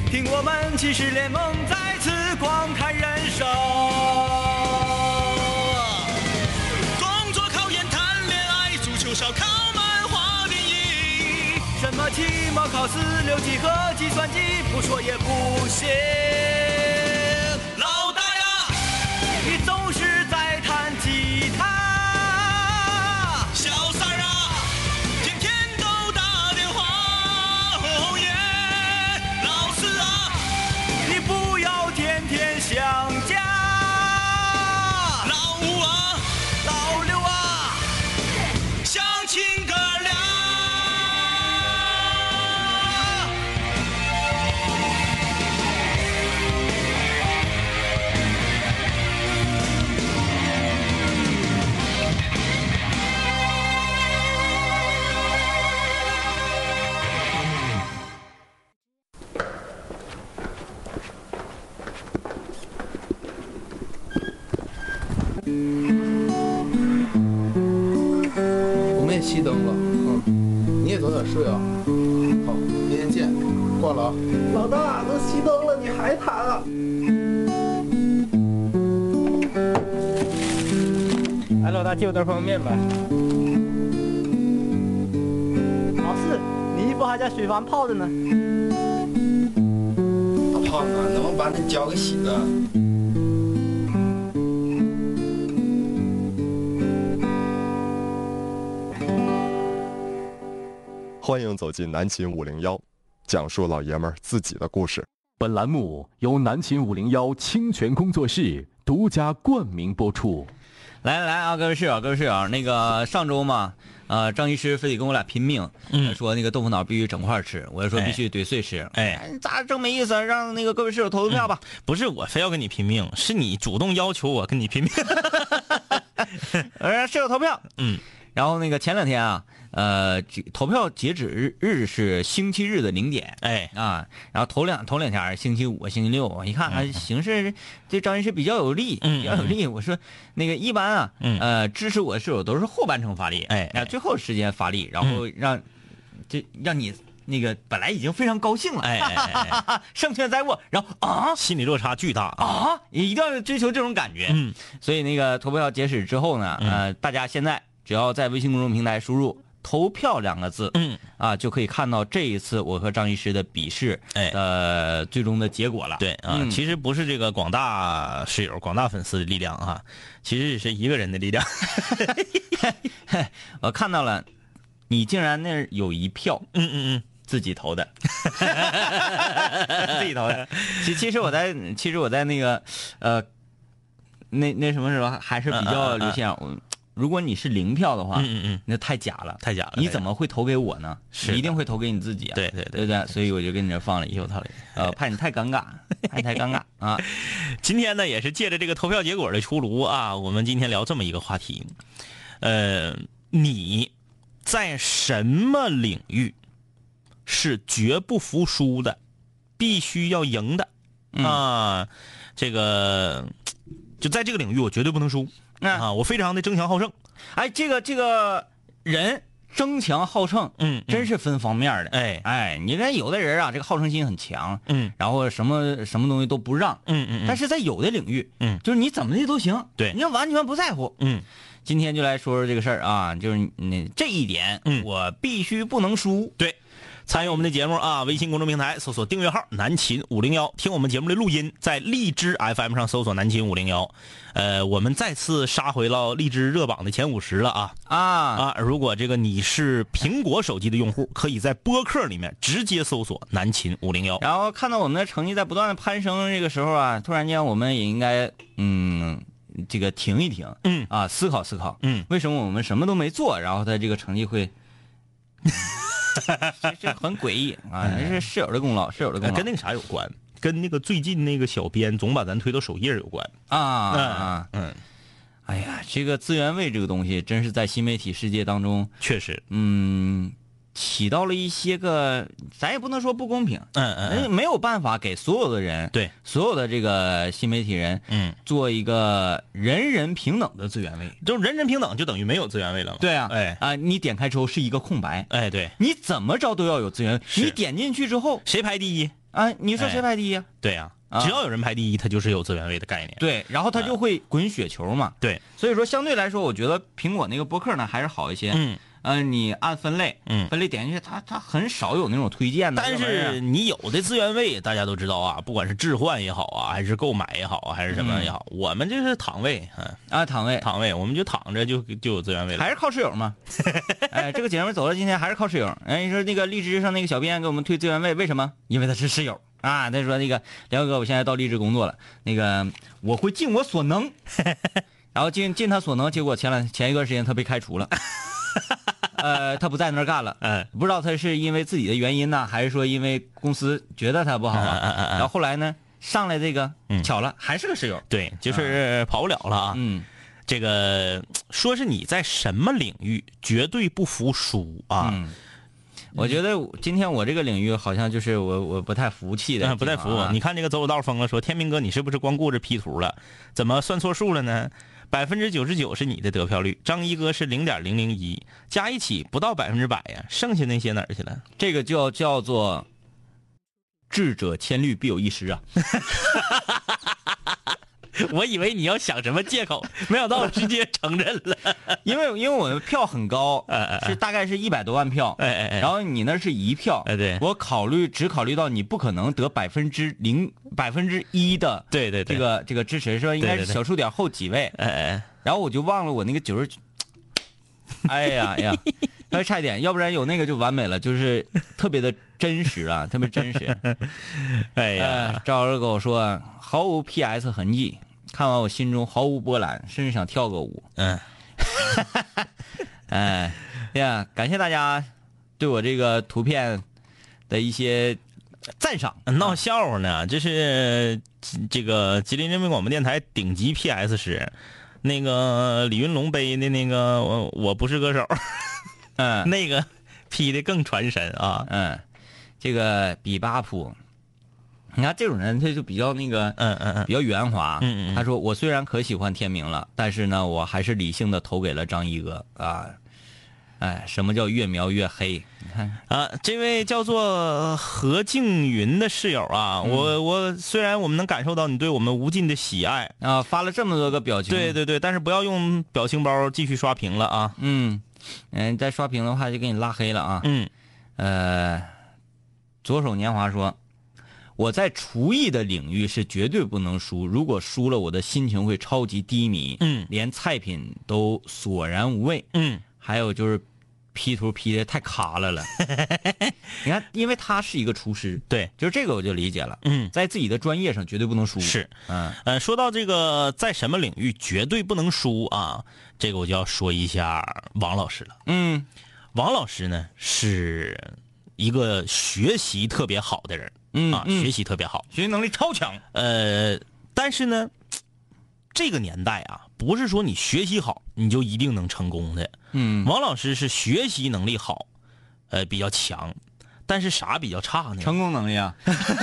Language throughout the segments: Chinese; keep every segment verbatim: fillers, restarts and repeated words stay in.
听我们骑士联盟再次光看人生。 工作、考研、谈恋爱、足球、烧烤、漫画、电影， 什么期末考四六级和计算机，不说也不行。 老大呀， 你总是在弹吉他， 小三儿啊，天天都打电话。哦耶，老四啊， 你不要天天想家。 老五啊， 老六啊， 相亲哥俩。 我们也熄灯了，嗯，你也早点睡啊。好，明天见，挂了啊。 老大，都熄灯了，你还弹啊？ 哎，老大，借我袋方便面呗。 老四，你衣服还在水房泡着呢。 大胖子，能不能把那脚给洗了？ 欢迎走进南秦五零幺，讲述老爷们儿自己的故事。 本栏目由南秦五零幺清泉工作室独家冠名播出。 来来啊，各位室友，各位室友，那个上周嘛，呃，张医师非得跟我俩拼命，嗯，说那个豆腐脑必须整块吃，我就说必须怼碎吃。 哎， 哎咋这没意思？让那个各位室友投投票吧。 嗯、不是我非要跟你拼命，是你主动要求我跟你拼命。 让室友投票。 嗯， 然后那个前两天啊。呃，投票截止日日是星期日的零点， 哎啊，然后头两头两天星期五、星期六，我一看啊， 嗯、 形势对张医师比较有利， 嗯、 比较有利。我说那个一般啊， 嗯、 呃，支持我的室友都是后半程发力， 哎， 啊，最后时间发力，然后让就、嗯、让你那个本来已经非常高兴了， 哎哎哎哎胜券在握，然后啊， 心理落差巨大啊，一定要追求这种感觉， 嗯， 所以那个投票截止之后呢， 嗯、 呃，大家现在只要在微信公众平台输入投票两个字， 嗯啊，就可以看到这一次我和张医师的比试哎的最终的结果了。 对啊、 嗯， 其实不是这个广大室友、广大粉丝的力量啊，其实是一个人的力量。 我看到了，你竟然那有一票， 嗯嗯嗯， 自己投的，自己投的。其其实我在，其实我在那个，呃，那那什么时候还是比较流行。我如果你是零票的话， 嗯嗯嗯， 那太假了， 太假了。 你怎么会投给我呢？ 是一定会投给你自己啊！ 对对对对，所以我就跟你这放了一袖套里，呃，怕你太尴尬，怕你太尴尬啊！ 今天呢，也是借着这个投票结果的出炉啊，我们今天聊这么一个话题，呃，你在什么领域是绝不服输的，必须要赢的啊？ 嗯、 这个就在这个领域，我绝对不能输。啊，我非常的争强好胜。 哎，这个这个人争强好胜， 嗯， 真是分方面的。 哎哎，你看有的人啊，这个好胜心很强， 嗯， 然后什么什么东西都不让， 嗯嗯， 但是在有的领域， 嗯， 就是你怎么的都行， 对， 你要完全不在乎， 嗯。 今天就来说说这个事儿啊，就是那这一点， 嗯， 我必须不能输。 对。参与我们的节目啊，微信公众平台搜索订阅号南秦五零幺，听我们节目的录音，在荔枝 F M 上搜索南秦五零幺。呃，我们再次杀回了荔枝热榜的前五十了啊啊啊！如果这个你是苹果手机的用户，可以在播客里面直接搜索南秦五零幺。 然后看到我们的成绩在不断的攀升，这个时候啊，突然间我们也应该嗯。这个停一停， 嗯啊，思考思考， 嗯， 为什么我们什么都没做，然后他这个成绩会，这这很诡异啊！这是室友的功劳，室友的功劳， 跟那个啥有关，跟那个最近那个小编总把咱推到首页有关啊啊嗯， 哎呀，这个资源位这个东西，真是在新媒体世界当中， 确实， 嗯。起到了一些个，咱也不能说不公平， 嗯嗯， 没有办法给所有的人， 对所有的这个新媒体人， 嗯， 做一个人人平等的资源位， 就人人平等就等于没有资源位了嘛？ 对啊， 哎啊，你点开之后是一个空白， 哎，对， 你怎么着都要有资源，你点进去之后谁排第一啊，你说谁排第一呀？ 对呀、啊，只要有人排第一，他就是有资源位的概念。 对，然后他就会滚雪球嘛。 对， 所以说相对来说，我觉得苹果那个播客呢还是好一些。 嗯。 呃，你按分类， 嗯， 分类点进去，它它很少有那种推荐的。 但是你有的资源位，大家都知道啊，不管是置换也好啊，还是购买也好啊，还是什么也好，嗯、我们这是躺位，嗯啊，躺位， 躺位，我们就躺着就就有资源位了。 还是靠室友嘛？哎，这个节目走到今天还是靠室友。哎，你说那个荔枝上那个小编给我们推资源位，为什么？因为他是室友啊。他说那个梁哥，我现在到荔枝工作了，那个我会尽我所能，然后尽尽他所能，结果前两前一段时间他被开除了。呃，他不在那儿干了， 嗯， 不知道他是因为自己的原因呢，还是说因为公司觉得他不好啊？ 嗯嗯嗯、 然后后来呢，上来这个， 嗯， 巧了，还是个室友， 对，就是跑不了了啊。 嗯， 这个说是你在什么领域绝对不服输啊？ 嗯，我觉得今天我这个领域好像就是我我不太服气的、 嗯，不太服。啊、你看这个走走道疯了说，天明哥你是不是光顾着 P 图了？怎么算错数了呢？百分之九十九是你的得票率，张一哥是零点零零一，加一起不到百分之百呀，剩下那些哪儿去了？ 这个就叫做智者千虑必有一失啊！ 我以为你要想什么借口，没想到直接承认了。 因为因为我的票很高， 哎哎哎是大概是一百多万票， 哎哎哎， 然后你那是一票， 哎对， 我考虑只考虑到你不可能得百分之零百分之一的， 对对对， 这个这个支持是吧？应该是小数点后几位， 哎哎， 然后我就忘了我那个九十，哎呀哎呀，稍微差一点，要不然有那个就完美了，就是特别的真实啊，特别真实。 哎呀， 呃、赵老师跟我说毫无 P S 痕迹。看完我心中毫无波澜，甚至想跳个舞。 嗯， 哎呀，感谢大家对我这个图片的一些赞赏。 闹笑话呢，这是这个吉林人民广播电台顶级 P S 师，那个李云龙背的那个我我不是歌手， 嗯， 那个 P 的更传神啊。 嗯，这个比巴普。你看这种人，他就比较那个， 嗯嗯嗯， 比较圆滑。 嗯嗯， 他说：“我虽然可喜欢天明了，但是呢，我还是理性的投给了张一哥啊。”哎，什么叫越描越黑？你看啊，这位叫做何静云的室友啊， 嗯、 我我虽然我们能感受到你对我们无尽的喜爱啊，发了这么多个表情， 对对对，但是不要用表情包继续刷屏了啊。 嗯嗯，再刷屏的话就给你拉黑了啊。 嗯， 呃，左手年华说。我在厨艺的领域是绝对不能输，如果输了，我的心情会超级低迷， 嗯， 连菜品都索然无味， 嗯， 还有就是 P 图 P 的太卡了了。你看，因为他是一个厨师， 对， 就是这个我就理解了， 嗯， 在自己的专业上绝对不能输， 是， 嗯， 呃，说到这个在什么领域绝对不能输啊，这个我就要说一下王老师了， 嗯， 王老师呢是一个学习特别好的人。 嗯啊，学习特别好， 学习能力超强。 呃，但是呢，这个年代啊，不是说你学习好你就一定能成功的。 嗯， 王老师是学习能力好，呃，比较强，但是啥比较差呢？ 成功能力啊，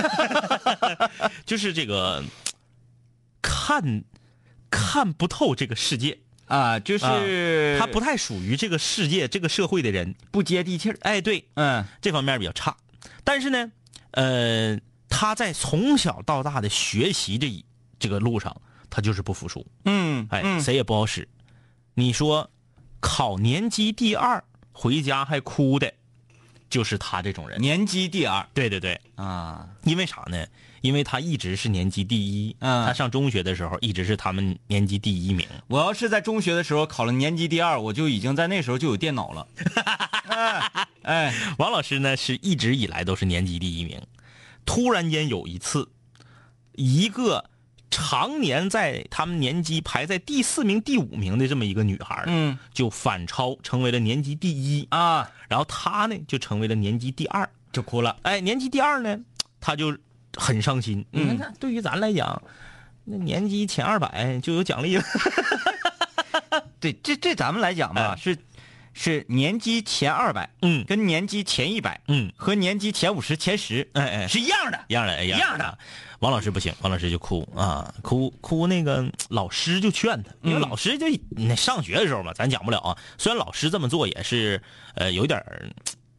就是这个看看不透这个世界啊，就是、 啊、他不太属于这个世界、这个社会的人， 不接地气儿。 哎，对， 嗯， 这方面比较差，但是呢。呃，他在从小到大的学习这一这个路上，他就是不服输。 嗯， 哎， 嗯谁也不好使。你说考年级第二回家还哭的，就是他这种人。 年级第二， 对对对啊， 因为啥呢？因为他一直是年级第一。 嗯， 他上中学的时候一直是他们年级第一名。 我要是在中学的时候考了年级第二，我就已经在那时候就有电脑了。哎, 哎， 王老师呢是一直以来都是年级第一名，突然间有一次，一个常年在他们年级排在第四名、第五名的这么一个女孩， 嗯， 就反超成为了年级第一啊， 然后她呢就成为了年级第二， 就哭了。 哎，年级第二呢，她就很伤心。 嗯、 你看，对于咱来讲，那年级前二百就有奖励了。 对，这这咱们来讲吧，哎、是。是年级前二百， 嗯， 跟年级前一百， 嗯， 和年级前五十、前十， 哎哎， 是一样的， 一样的， 一样的。 王老师不行，王老师就哭啊，哭哭，那个老师就劝他，因为老师就那上学的时候嘛，咱讲不了啊。虽然老师这么做也是，呃，有点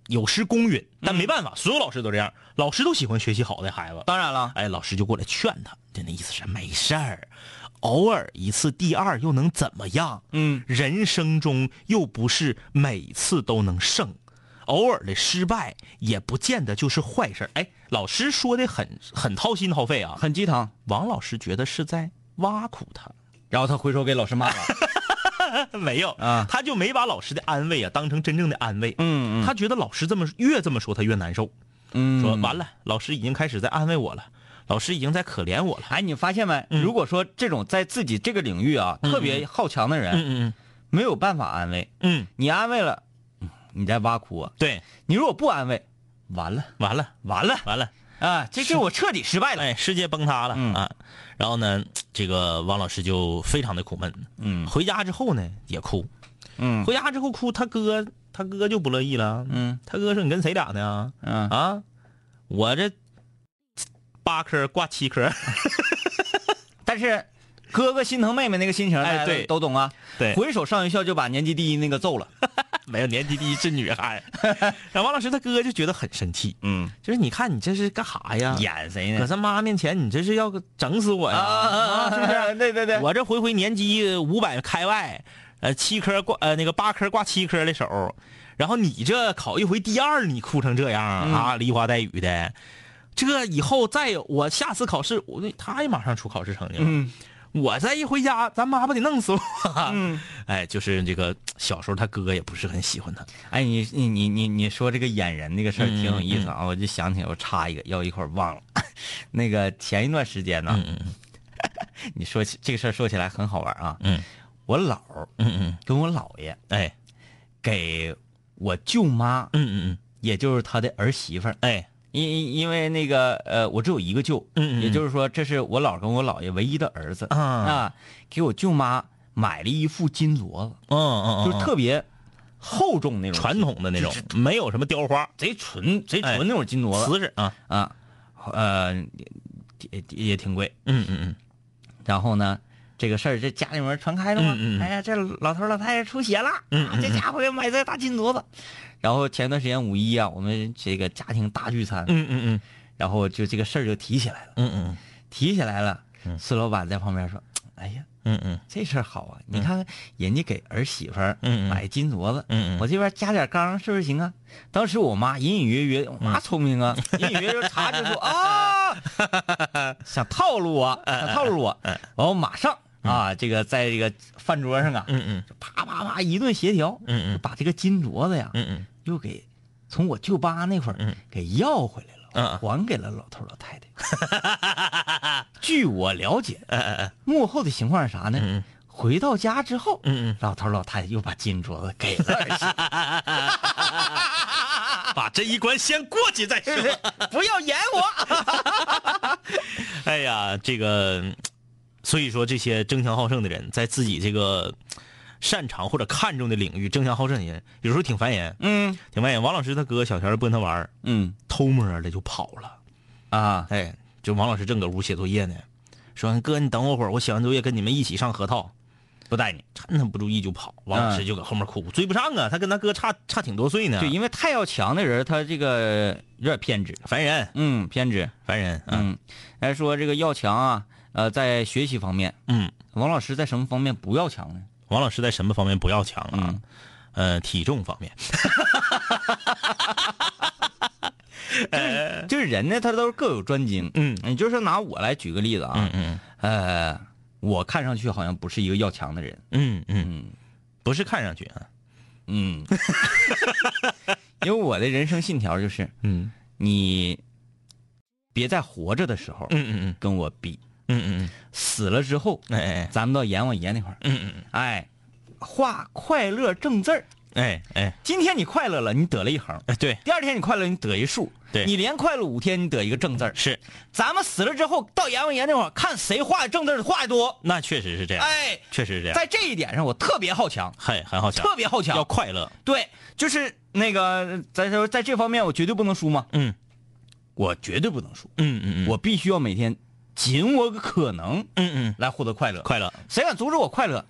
有失公允，但没办法，所有老师都这样，老师都喜欢学习好的孩子。 当然了， 哎，老师就过来劝他，就那意思是没事儿，偶尔一次第二又能怎么样？ 嗯， 人生中又不是每次都能胜，偶尔的失败也不见得就是坏事。哎，老师说的很很掏心掏肺啊， 很鸡汤。 王老师觉得是在挖苦他， 然后他回手给老师骂了。 没有啊， 他就没把老师的安慰啊当成真正的安慰。 嗯嗯， 他觉得老师这么越这么说，他越难受。 嗯， 说完了，老师已经开始在安慰我了，老师已经在可怜我了。 哎，你发现没？ 嗯、 如果说这种在自己这个领域啊、嗯、特别好强的人， 嗯嗯嗯， 没有办法安慰。 嗯， 你安慰了，你在挖苦我。 对， 你如果不安慰，完了， 完了， 完了， 完了。 啊，这是我彻底失败了， 哎，世界崩塌了、嗯、啊！然后呢，这个王老师就非常的苦闷， 嗯， 回家之后呢也哭， 嗯， 回家之后哭，他哥他哥就不乐意了， 嗯， 他哥说你跟谁俩呢？ 嗯啊，我这八科挂七科， 但是哥哥心疼妹妹那个心情， 哎，对， 都懂啊， 对， 回手上学校就把年级第一那个揍了。 没有，年级第一是女孩。然后王老师他哥就觉得很生气， 嗯， 就是你看你这是干啥呀？ 演谁呢？ 搁他妈面前，你这是要整死我呀？ 啊啊啊！ 是不是？ 对对对， 我这回回年级五百开外，呃，七科挂呃那个八科挂七科的手，然后你这考一回第二，你哭成这样啊，梨花带雨的，这以后再有我下次考试，我他也马上出考试成绩了。 嗯。 我再一回家，咱妈不得弄死我？ 嗯， 哎，就是这个小时候他哥也不是很喜欢他。 哎，你你你你你说这个演人那个事儿挺有意思啊， 嗯嗯、 我就想起来，我插一个，要一会儿忘了。那个前一段时间呢， 嗯嗯、 你说起这个事儿说起来很好玩啊。 嗯， 我姥， 嗯嗯， 跟我姥爷， 哎， 给我舅妈， 嗯嗯嗯， 也就是他的儿媳妇儿， 哎。 因因为那个呃，我只有一个舅， 嗯嗯， 也就是说，这是我姥跟我姥爷唯一的儿子啊啊，给我舅妈买了一副金镯子， 嗯嗯， 就是特别厚重那种传统的那种，没有什么雕花， 贼纯贼纯那种金镯子， 瓷实啊啊，呃，也也挺贵， 嗯嗯嗯。 然后呢，这个事儿这家里面传开了嘛， 嗯嗯， 哎呀，这老头老太太出血了， 嗯嗯， 这家伙给买这大金镯子。然后前段时间五一啊，我们这个家庭大聚餐， 嗯嗯嗯， 然后就这个事儿就提起来了， 嗯嗯， 提起来了，孙老板在旁边说：“哎呀， 嗯嗯， 这事儿好啊，你看人家给儿媳妇儿买金镯子， 嗯嗯， 我这边加点钢是不是行啊？”当时我妈隐隐约约，我妈聪明啊，隐隐约约查就说啊，想套路我，想套路我，然后马上啊，这个在这个饭桌上啊， 嗯嗯， 啪啪啪一顿协调， 嗯嗯， 把这个金镯子呀， 嗯嗯。 又给从我舅爸那会儿给要回来了， 嗯， 还给了老头老太太。据我了解， 嗯嗯幕后的情况是啥呢？ 嗯， 回到家之后， 嗯嗯， 老头老太太又把金镯子给了儿媳， 把这一关先过去再说， 不要演我。 哎呀，这个，所以说这些争强好胜的人，在自己这个擅长或者看重的领域争强好胜的人，有时候挺烦人， 嗯， 挺烦人。王老师他哥小前不跟他玩， 嗯， 偷摸的就跑了， 啊， 哎，就王老师正搁屋写作业呢，说哥你等我会儿，我写完作业跟你们一起上河套，不带你，趁他不注意就跑。王老师就搁后面哭，嗯、追不上啊，他跟他哥差差挺多岁呢。 就因为太要强的人，他这个有点偏执， 烦人， 嗯，偏执， 烦人， 嗯，还说这个要强啊，呃，在学习方面， 嗯， 王老师在什么方面不要强呢？ 王老师在什么方面不要强啊？ 嗯、 呃，体重方面。 就是就是人呢，他都是各有专精。 嗯， 你就说拿我来举个例子啊， 嗯嗯， 呃，我看上去好像不是一个要强的人。 嗯嗯嗯， 不是看上去啊， 嗯，因为我的人生信条就是， 嗯， 你别在活着的时候， 嗯嗯嗯， 跟我比。 嗯嗯嗯， 死了之后， 哎哎， 咱们到阎王爷那块儿， 嗯嗯， 哎，画快乐正字儿， 哎哎， 今天你快乐了，你得了一横， 哎对， 第二天你快乐，你得一竖， 对， 你连快乐五天，你得一个正字儿， 是， 咱们死了之后到阎王爷那块儿，看谁画的正字画的多， 那确实是这样， 哎， 确实是这样， 在这一点上我特别好强， 嘿，很好强， 特别好强， 要快乐， 对，就是那个在说在这方面我绝对不能输嘛， 嗯， 我绝对不能输， 嗯嗯嗯， 我必须要每天尽我可能， 嗯嗯， 来获得快乐， 快乐， 谁敢阻止我快乐，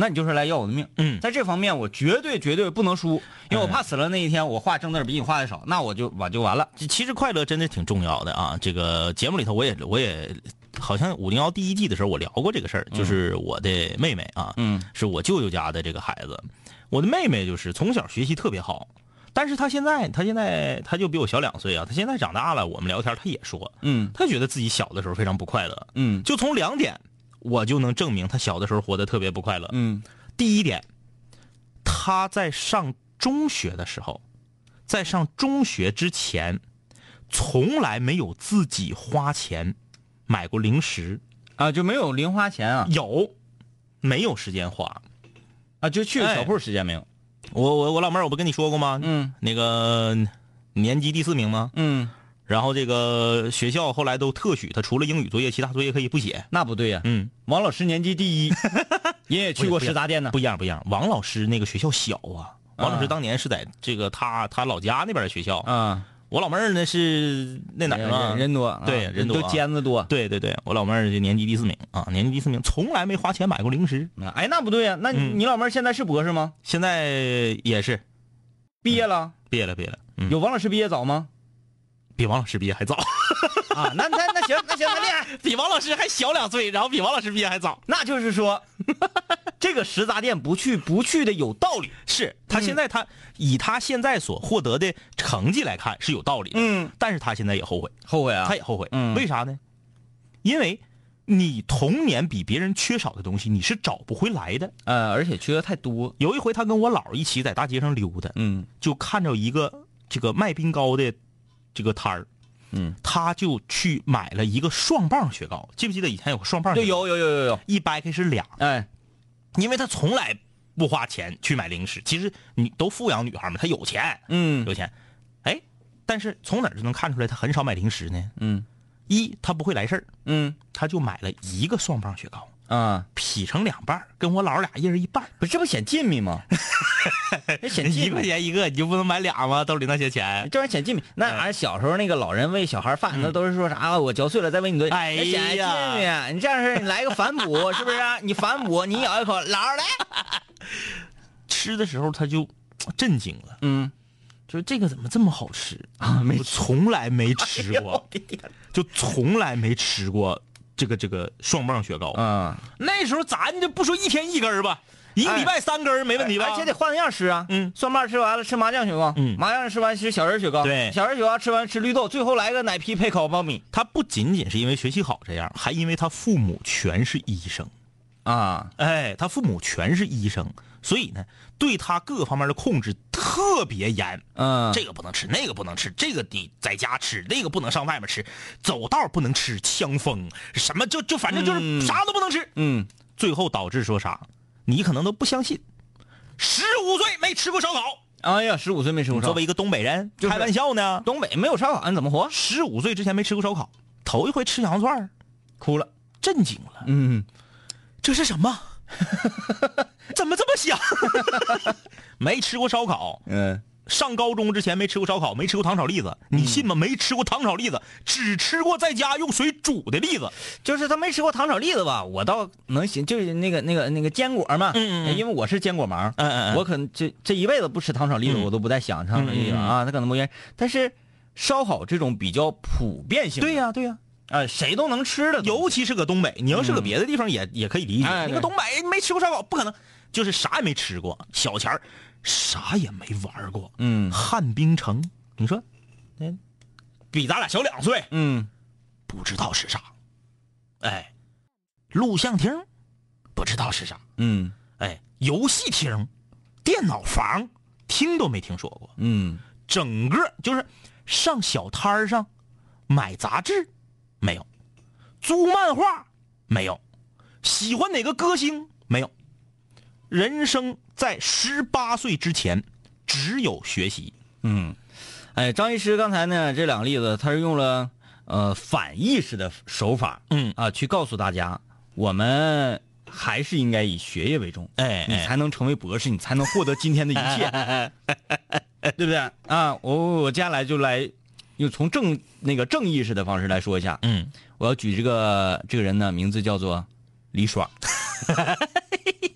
那你就是来要我的命。 嗯， 在这方面我绝对绝对不能输，因为我怕死了那一天我画正字比你画的少，那我就我就完了。 其实快乐真的挺重要的啊！这个节目里头我也我也好像五零幺第一季的时候我聊过这个事儿，就是我的妹妹啊， 嗯， 是我舅舅家的这个孩子。我的妹妹就是从小学习特别好，但是她现在她现在她就比我小两岁啊，她现在长大了，我们聊天她也说， 嗯， 她觉得自己小的时候非常不快乐， 嗯， 就从两点我就能证明她小的时候活得特别不快乐， 嗯， 第一点，她在上中学的时候，在上中学之前，从来没有自己花钱买过零食啊，就没有零花钱啊？ 有，没有时间花啊？就去小铺时间没有？ 哎、我我我老妹儿，我不跟你说过吗？ 嗯， 那个年级第四名吗？ 嗯， 然后这个学校后来都特许他除了英语作业，其他作业可以不写。 那不对呀、啊。 嗯， 王老师年级第一，人也去过食杂店呢。 不一样不一样，王老师那个学校小啊。王老师当年是在这个他他老家那边的学校啊， 我老妹儿呢是那哪儿啊？ 人多， 对，人多， 都尖子多。 对对对，我老妹儿年级第四名啊，年级第四名，从来没花钱买过零食。 哎，那不对呀、啊，那你老妹儿现在是博士吗？ 现在也是， 毕业了， 毕业了，毕业了。嗯、 有王老师毕业早吗？ 比王老师毕业还早啊！那那那行，那行，那厉害， 比王老师还小两岁，然后比王老师毕业还早。 那就是说，这个食杂店不去不去的有道理。 是他现在他、嗯、以他现在所获得的成绩来看是有道理的， 嗯， 但是他现在也后悔， 后悔啊， 他也后悔， 嗯， 为啥呢？因为你童年比别人缺少的东西，你是找不回来的， 呃，而且缺的太多。 有一回他跟我姥一起在大街上溜达， 嗯， 就看着一个这个卖冰糕的。这个摊儿， 嗯， 他就去买了一个双棒雪糕，记不记得以前有个双棒雪糕？ 对，有有有有有， 一掰开是俩， 哎， 因为他从来不花钱去买零食。其实你都富养女孩嘛，他有钱， 嗯， 有钱，哎，但是从哪儿就能看出来他很少买零食呢？ 嗯， 一他不会来事儿， 嗯， 他就买了一个双棒雪糕。 啊， 劈成两半，跟我姥俩一人一半， 不是这不显近密吗？显近一块钱一个，你就不能买俩吗？兜里那些钱， 这玩意显近密。那俺小时候那个老人喂小孩饭，那、嗯、都是说啥？我嚼碎了再喂你顿。 哎呀， 显近密。你这样式你来个反哺，是不是、啊？你反哺，你咬一口，姥来。 吃的时候他就震惊了， 嗯， 就是这个怎么这么好吃啊？没我从来没吃过， 哎、 就从来没吃过。这个这个双棒雪糕啊、 嗯，那时候咱就不说一天一根吧，一个礼拜三根没问题吧？ 而且得换样吃啊。 嗯， 双棒吃完了吃麻酱雪糕， 嗯， 麻酱吃完吃小人雪糕， 对， 小人雪糕吃完吃绿豆，最后来个奶皮配烤苞米。 他不仅仅是因为学习好这样，还因为他父母全是医生啊， 哎，他父母全是医生，所以呢，对他各方面的控制特别严。 嗯， 这个不能吃，那个不能吃，这个得在家吃，那个不能上外面吃，走道不能吃，枪锋什么就就反正就是啥都不能吃。 嗯， 最后导致说啥，你可能都不相信，十五岁没吃过烧烤。 哎呀，十五岁没吃过烧烤， 作为一个东北人， 就是、 开玩笑呢。 东北没有烧烤，你怎么活？ 十五岁之前没吃过烧烤，头一回吃羊肉串， 哭了， 震惊了。 嗯， 这是什么？怎么这么香？没吃过烧烤， 嗯， 上高中之前没吃过烧烤，没吃过糖炒栗子，你信吗？没吃过糖炒栗子，只吃过在家用水煮的栗子。 就是他没吃过糖炒栗子吧？我倒能行，就是那个那个那个坚果嘛， 嗯嗯， 因为我是坚果盲， 嗯嗯， 我可能这这一辈子不吃糖炒栗子， 嗯、 我都不带想糖炒栗子、 嗯、 啊，他可能不愿意。但是烧烤这种比较普遍性， 对呀、啊、对呀、 啊。啊，谁都能吃的， 尤其是搁东北，你要是搁别的地方也、嗯、也可以理解。 哎、 那个东北没吃过烧烤，不可能，就是啥也没吃过，小钱儿啥也没玩过。 嗯， 旱冰城，你说，嗯，比咱俩小两岁， 嗯， 不知道是啥。哎，录像厅，不知道是啥。 嗯， 哎，游戏厅、电脑房，听都没听说过。 嗯， 整个就是上小摊上。买杂志没有，租漫画没有，喜欢哪个歌星没有。人生在十八岁之前只有学习。 嗯，哎，张医师刚才呢这两个例子，他是用了呃反意识的手法， 嗯啊，去告诉大家，我们还是应该以学业为重， 哎， 你才能成为博士，你才能获得今天的一切，对不对啊？我我接下来就来。就从正那个正意识的方式来说一下， 嗯， 我要举这个这个人呢，名字叫做李爽。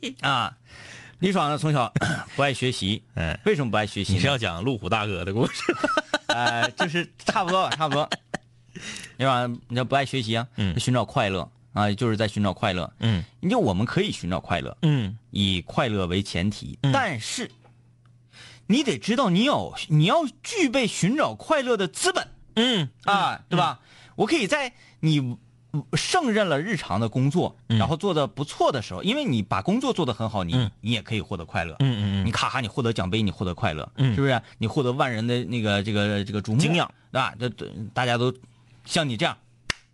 啊。李爽呢从小不爱学习， 嗯， 为什么不爱学习呢？ 你是要讲路虎大哥的故事？ 呃，就是差不多吧，差不多。李爽你要不爱学习啊， 嗯， 寻找快乐啊，就是在寻找快乐， 嗯， 你就我们可以寻找快乐， 嗯， 以快乐为前提， 嗯、 但是你得知道你有你要具备寻找快乐的资本， 嗯啊，对吧？ 嗯、 我可以在你胜任了日常的工作， 嗯、 然后做的不错的时候，因为你把工作做得很好，你、 嗯、 你也可以获得快乐。 嗯嗯嗯， 你咔咔你获得奖杯，你获得快乐， 嗯， 是不是？你获得万人的那个这个这个瞩目敬仰， 对吧？这大家都像你这样，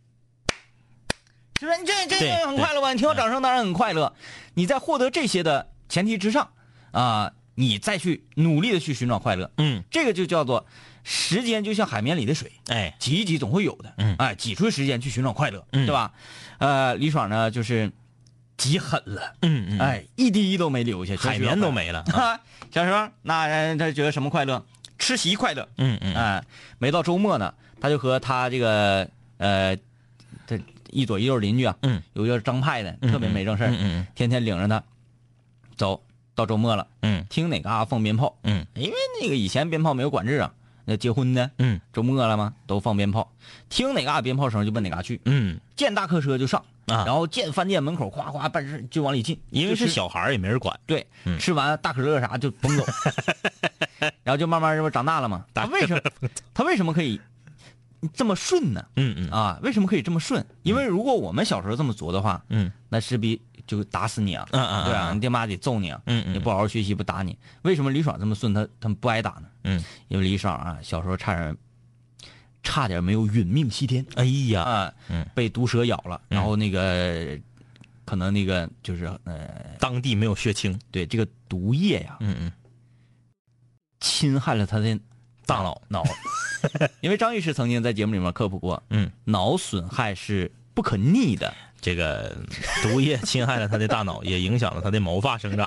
是不是？你这这这很快乐吧？你听到掌声当然很快乐。你在获得这些的前提之上啊、呃，你再去努力的去寻找快乐， 嗯， 这个就叫做。时间就像海绵里的水， 哎， 挤一挤总会有的， 嗯， 哎，挤出时间去寻找快乐， 嗯， 对吧？呃，李爽呢就是挤狠了， 嗯嗯， 哎，一滴都没留下， 海绵都没了。 啊、小时候那他觉得什么快乐？吃席快乐， 嗯嗯， 哎，每到周末呢，他就和他这个呃，这一左一右邻居啊， 嗯， 有一个张派的， 嗯、 特别没正事儿， 嗯嗯， 天天领着他走到周末了， 嗯， 听哪嘎放鞭炮， 嗯， 因为那个以前鞭炮没有管制啊。那结婚的， 嗯， 周末了吗？都放鞭炮，听哪嘎鞭炮声就奔哪嘎去， 嗯， 见大客车就上啊， 然后见饭店门口夸夸办事就往里进， 因为是小孩也没人管， 对， 嗯、 吃完大可乐啥就甭走，然后就慢慢这不长大了嘛。他为什么他为什么可以这么顺呢？ 嗯嗯啊，为什么可以这么顺？因为如果我们小时候这么做的话， 嗯， 那势必就打死你啊， 嗯嗯， 对啊，你爹妈得揍你啊， 嗯嗯， 你不好好学习不打你。为什么李爽这么顺，他他们不挨打呢？ 嗯， 因为李爽啊，小时候差点差点没有殒命西天。 哎呀， 啊， 嗯， 被毒蛇咬了，然后那个可能那个就是呃， 当地没有血清， 对这个毒液呀， 嗯嗯， 侵害了他的大脑脑。因为张律师曾经在节目里面科普过， 嗯， 脑损害是不可逆的。 这个毒液侵害了他的大脑，也影响了他的毛发生长。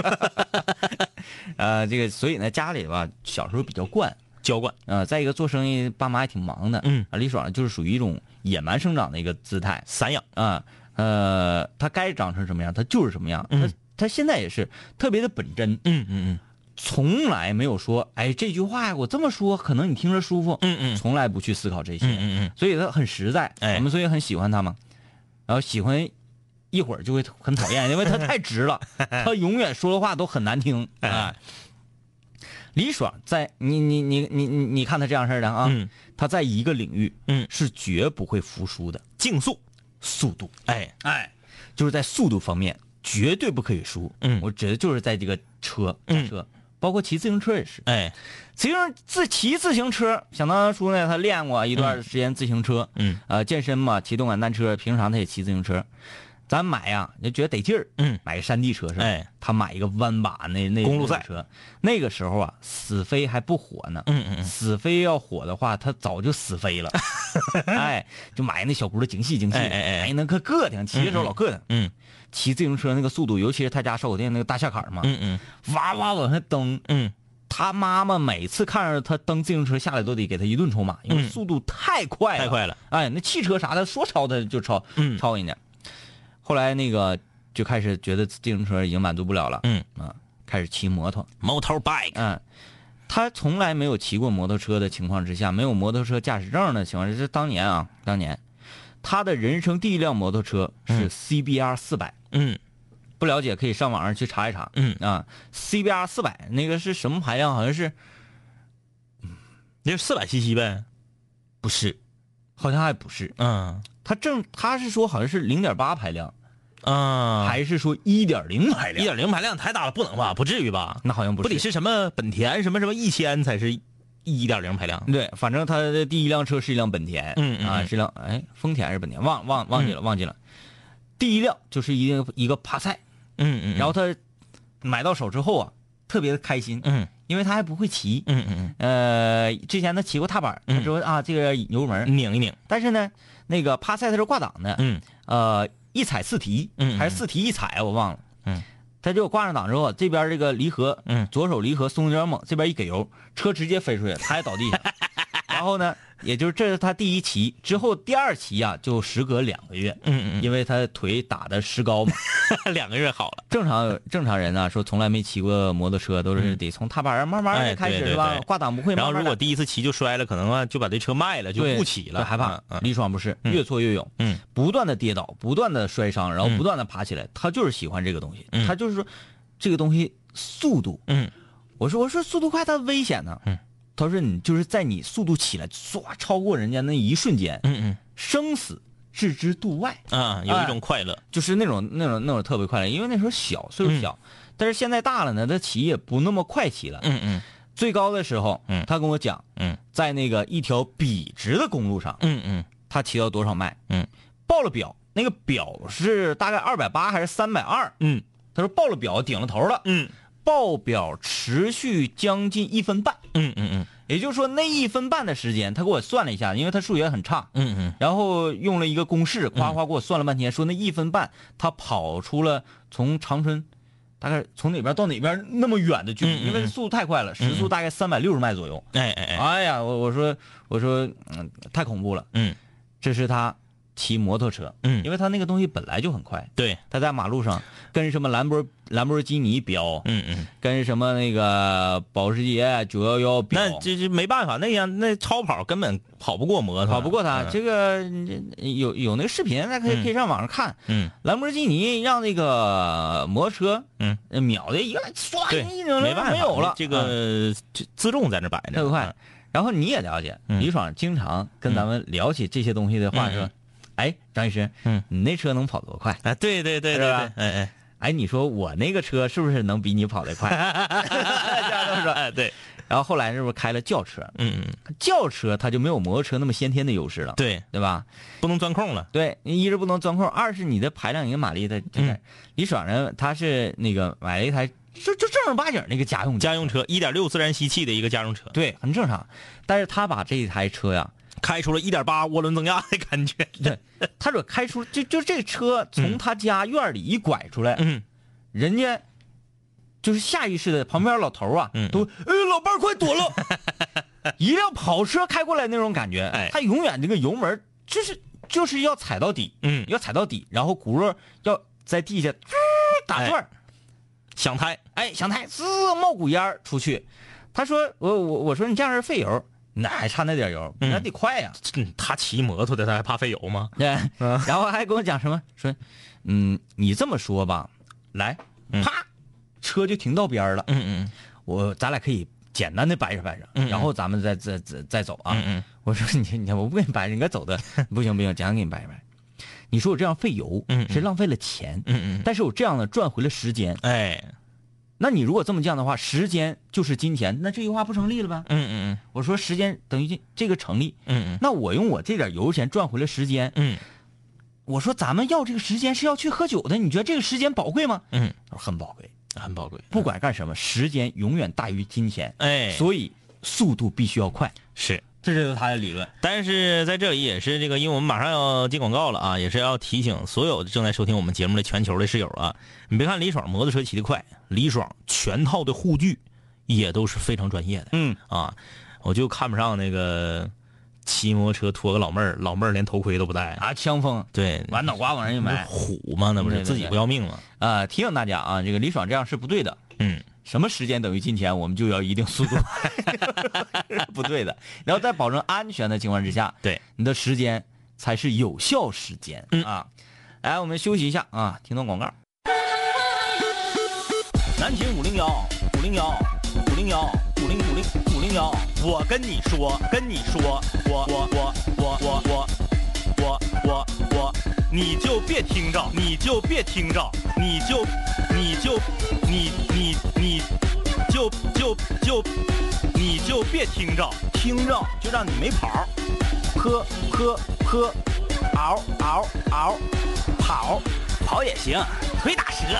呃，这个所以呢，家里吧小时候比较惯， 娇惯。 呃，再一个做生意，爸妈还挺忙的。 嗯， 啊，李爽就是属于一种野蛮生长的一个姿态， 散养啊。呃，他该长成什么样，他就是什么样。 嗯， 他他现在也是特别的本真。 嗯嗯嗯。 从来没有说，哎，这句话呀，我这么说，可能你听着舒服。 嗯嗯， 从来不去思考这些。 嗯嗯嗯， 所以他很实在。 哎， 我们所以很喜欢他嘛。然后喜欢一会儿就会很讨厌，因为他太直了，他永远说的话都很难听啊。哎、李爽在你你你你你你看他这样式的啊， 嗯， 他在一个领域， 嗯， 是绝不会服输的， 竞速， 速度， 哎哎，就是在速度方面绝对不可以输。 嗯， 我指的就是在这个车驾车。嗯，包括骑自行车也是， 哎， 骑自骑自行车，想当初呢，他练过一段时间自行车， 嗯， 呃，健身嘛，骑动感单车，平常他也骑自行车。咱买呀，就觉得得劲儿， 嗯， 买个山地车是吧？ 哎， 他买一个弯把那那公路赛车，那个时候啊，死飞还不火呢， 嗯嗯， 死飞要火的话，他早就死飞了，哎，就买那小轱辘精细精细， 哎哎哎，那可膈应，骑的时候老膈应， 嗯。 骑自行车那个速度，尤其是他家烧烤店那个大下坎嘛， 嗯嗯， 哇哇往上蹬， 嗯， 他妈妈每次看着他蹬自行车下来，都得给他一顿抽骂，因为速度太快了， 太快了。 哎，那汽车啥的说超他就超， 嗯， 超人家。后来那个就开始觉得自行车已经满足不了了， 嗯啊，开始骑摩托 ，motor bike， 嗯，他从来没有骑过摩托车的情况之下，没有摩托车驾驶证的情况之下，当年啊，当年他的人生第一辆摩托车是 C B R 四百， 嗯。 不了解可以上网上去查一查。 嗯啊 ，C B R 四百那个是什么排量？好像是， 那是四百 C C 呗？ 不是，好像还不是。 嗯， 他正他是说好像是零点八排量， 啊， 还是说一点零排量？ 一点零排量太大了，不能吧？不至于吧？ 那好像不是， 不得是什么本田什么什么一千才是一点零排量？ 对，反正他的第一辆车是一辆本田， 嗯嗯啊，是辆哎丰田还是本田？忘忘忘记了，忘记了。第一辆就是一个一个帕赛。 嗯嗯， 然后他买到手之后啊，特别的开心， 嗯， 因为他还不会骑， 嗯嗯嗯，呃，之前他骑过踏板，他说啊，这个油门拧一拧， 但是呢，那个帕赛它是挂档的， 嗯， 呃，一踩四提， 嗯， 还是四提一踩，我忘了， 嗯， 他就挂上档之后，这边这个离合， 嗯， 左手离合松有点猛，这边一给油，车直接飞出去，他还倒地下，然后呢， 也就是这是他第一期，之后第二期呀、啊、就时隔两个月， 嗯嗯， 因为他腿打的石膏嘛， 两个月好了。 正常正常人呢、啊、说从来没骑过摩托车，都是得从踏板慢慢的开始、 哎、 是吧？挂档不会慢慢， 然后如果第一次骑就摔了，可能啊就把这车卖了，就不骑了， 害怕。 嗯、 李爽不是、嗯、越挫越勇， 嗯， 不断的跌倒，不断的摔伤，然后不断的爬起来，嗯、他就是喜欢这个东西， 嗯、 他就是说这个东西速度， 嗯， 我说我说速度快它危险呢， 嗯。 他说：“你就是在你速度起来，唰超过人家那一瞬间， 嗯嗯， 生死置之度外啊，有一种快乐， 哎、就是那种那种那种特别快乐。因为那时候小，岁数小，嗯、但是现在大了呢，他骑也不那么快骑了。 嗯嗯， 最高的时候， 嗯， 他跟我讲， 嗯， 在那个一条笔直的公路上， 嗯嗯， 他骑到多少迈？ 嗯， 报了表，那个表是大概二百八还是三百二？ 嗯， 他说报了表，顶了头了。 嗯， 报表持续将近一分半。 嗯嗯嗯。” 也就是说，那一分半的时间，他给我算了一下，因为他数学很差， 嗯嗯， 然后用了一个公式，夸夸给我算了半天，说那一分半他跑出了从长春，大概从哪边到哪边那么远的距离， 嗯嗯、 因为速度太快了，时速大概三百六十迈左右。 哎哎哎， 哎呀，我我说我说，嗯，太恐怖了。 嗯， 这是他骑摩托车， 嗯， 因为他那个东西本来就很快， 对， 他在马路上跟什么兰博兰博基尼飙， 嗯嗯， 跟什么那个保时捷九一一飙， 那这这没办法，那样那超跑根本跑不过摩托， 跑不过他。 嗯、 这个有有那个视频，大家可以、嗯、可以上网上看。 嗯， 兰博基尼让那个摩托车， 嗯， 秒的一个唰， 对， 没办法没有了， 这个、嗯、自重在那摆着， 特别快。然后你也了解， 嗯、 李爽经常跟咱们聊起这些东西的话说。 嗯哎，张医师， 嗯， 你那车能跑多快？ 啊，对对对对对，哎哎， 哎，你说我那个车是不是能比你跑得快？这样这么说， 哎，对。 然后后来是不是开了轿车？ 嗯嗯， 轿车它就没有摩托车那么先天的优势了， 对对吧？ 不能钻空了。 对，一是不能钻空，二是你的排量、你的马力的。嗯，李爽呢，他是那个买了一台就就正儿八经那个家用家用车，一点六自然吸气的一个家用车， 对，很正常。但是他把这一台车呀。 开出了一点八涡轮增压的感觉， 对，他说开出就就这车从他家院里一拐出来， 嗯， 人家就是下意识的旁边老头啊， 嗯， 都哎老伴儿快躲了，一辆跑车开过来那种感觉， 哎， 他永远这个油门就是就是要踩到底， 嗯， 要踩到底，然后轱辘要在地下、呃、打转， 响胎， 哎，响胎，滋冒股烟出去。他说我我我说你这样是费油。那还差那点油，那得快呀、啊嗯！他骑摩托的，他还怕费油吗？ 对，嗯、然后还跟我讲什么？说，嗯，你这么说吧，来，啪，车就停到边了。 嗯嗯， 我咱俩可以简单的掰扯掰扯， 嗯、 然后咱们再再再再走啊。 嗯嗯， 我说你你我不跟你掰，你应该走的，不行不行，简单给你掰一掰。你说我这样费油， 嗯， 是浪费了钱， 嗯嗯， 但是我这样呢赚回了时间， 哎。 那你如果这么讲的话，时间就是金钱，那这句话不成立了吧？ 嗯嗯嗯， 我说时间等于这个成立。 嗯嗯， 那我用我这点油钱赚回了时间。 嗯， 我说咱们要这个时间是要去喝酒的，你觉得这个时间宝贵吗？ 嗯， 他说很宝贵， 很宝贵。 不管干什么，时间永远大于金钱。 哎， 所以速度必须要快。 是。 这就是他的理论， 但是在这里也是这个，因为我们马上要接广告了啊，也是要提醒所有正在收听我们节目的全球的室友啊，你别看李爽摩托车骑得快，李爽全套的护具也都是非常专业的， 嗯啊，我就看不上那个骑摩托车拖个老妹儿，老妹儿连头盔都不戴啊，枪锋， 对， 完脑瓜往上一埋， 虎嘛，那不是自己不要命吗？ 啊、呃，提醒大家啊，这个李爽这样是不对的， 嗯。 什么时间等于金钱，我们就要一定速度，不对的。然后在保证安全的情况之下， 对你的时间才是有效时间、 嗯、 啊。来，我们休息一下啊，听段广告。 南秦五零幺五零幺五零幺五零五零五零幺，我跟你说，跟你说，我我我我我我我我我，你就别听着，你就别听着，你就你就你你你就就就你就别听着，听着就让你没跑，喝喝喝，嗷嗷嗷，跑跑也行，腿打折。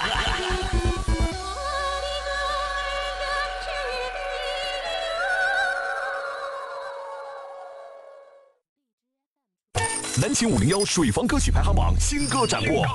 南秦五零幺水房歌曲排行榜新歌展播。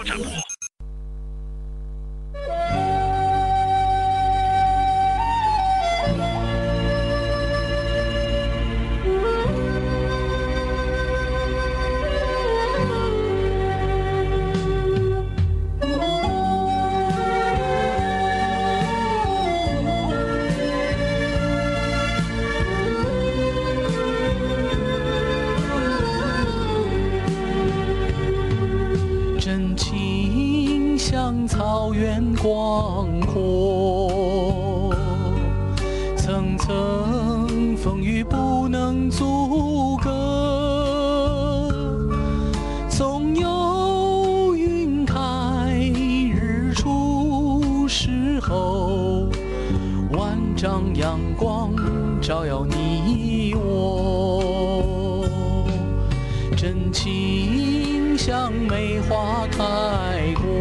像草原广阔，层层风雨不能阻隔，总有云开日出时候，万丈阳光照耀你我，真情像梅花开过，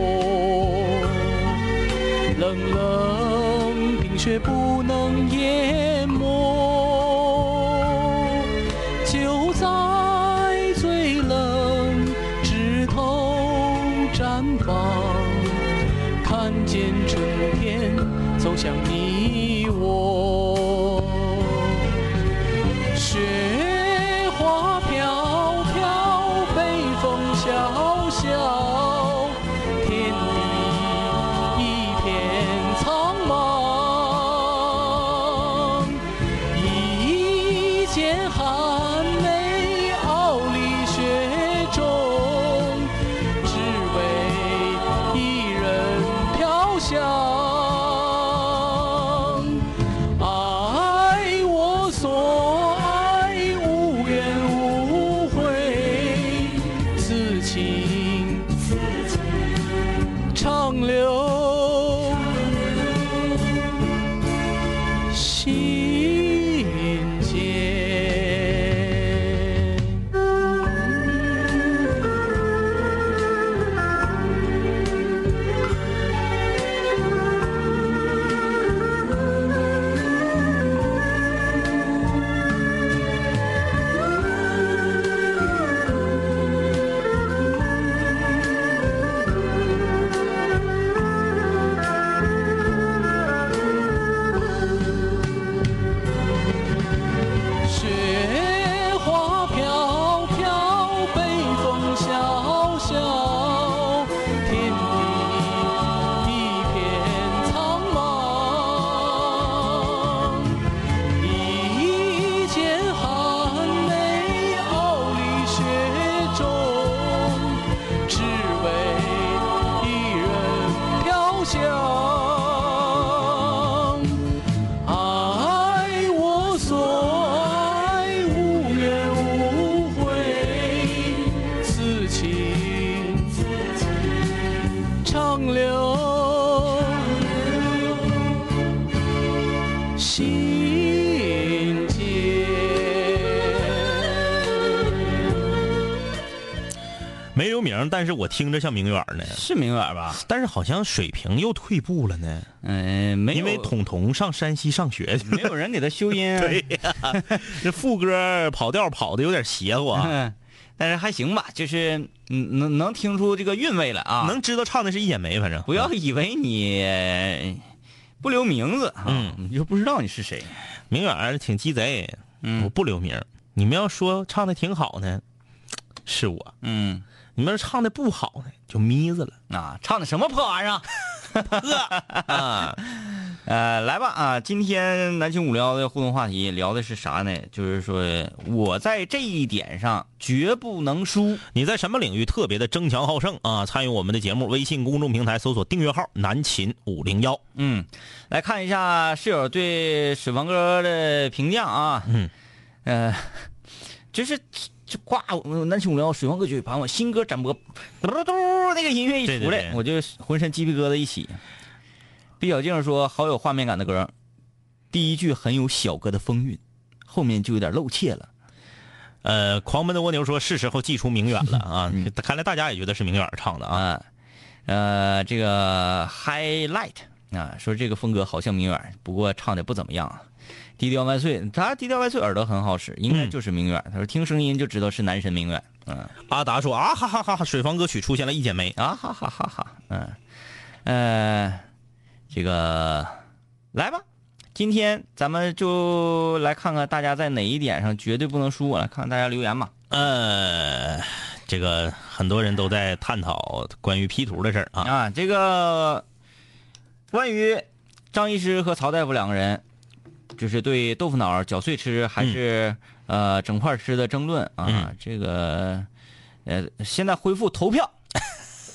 冷冷冰雪不能淹没，就在最冷枝头绽放，看见春天走向你我，雪花飘飘，北风萧萧，天地一片苍茫，一剑寒梅傲立雪中，只为一人飘香。爱我所爱，无怨无悔，此情长留心间。雪花飘飘，北风萧萧，天地一片苍茫，一剑寒梅傲立雪中，只为一人飘香。爱我所爱，无怨无悔，此情长留心间。 没留名，但是我听着像明远呢， 是明远吧？ 但是好像水平又退步了呢。 嗯，没有， 因为彤彤上山西上学去了， 没有人给他修音。 对呀、这副歌跑调跑的有点邪乎啊。 嗯，但是还行吧，就是嗯能能听出这个韵味来啊， 能知道唱的是一剪梅，反正不要以为你不留名字啊， 嗯你就不知道你是谁。 明远挺鸡贼， 嗯我不留名。你们要说唱的挺好呢，是我； 嗯你们要唱的不好呢，就咪子了。 啊，唱的什么破玩意儿？ 啊， 呃，来吧啊！今天南青五聊的互动话题聊的是啥呢？就是说我在这一点上绝不能输。 你在什么领域特别的争强好胜啊？参与我们的节目，微信公众平台搜索订阅号南秦五零幺。 嗯，来看一下室友对水房哥的评价啊。 嗯， 呃，就是这挂南青五聊水房歌曲盘我新歌展播，嘟嘟嘟那个音乐一出来， 对对对我就浑身鸡皮疙瘩一起。毕小静说好有画面感的歌，第一句很有小哥的风韵，后面就有点露怯了。 呃，狂奔的蜗牛说是时候祭出明远了啊！ 嗯、 看来大家也觉得是明远唱的啊。 呃，这个 Highlight 啊，说这个风格好像明远，不过唱的不怎么样。低调万岁，他低调万岁耳朵很好使，应该就是明远。嗯、他说听声音就知道是男神明远。嗯， 阿达说啊哈哈哈哈，水房歌曲出现了一剪梅啊哈哈哈哈。嗯，呃，这个来吧，今天咱们就来看看大家在哪一点上绝对不能输。我来看看大家留言吧。 呃，这个很多人都在探讨关于 P 图的事儿啊啊，这个关于张医师和曹大夫两个人。就是对豆腐脑搅碎吃还是、嗯、呃整块吃的争论啊，嗯、这个呃现在恢复投票，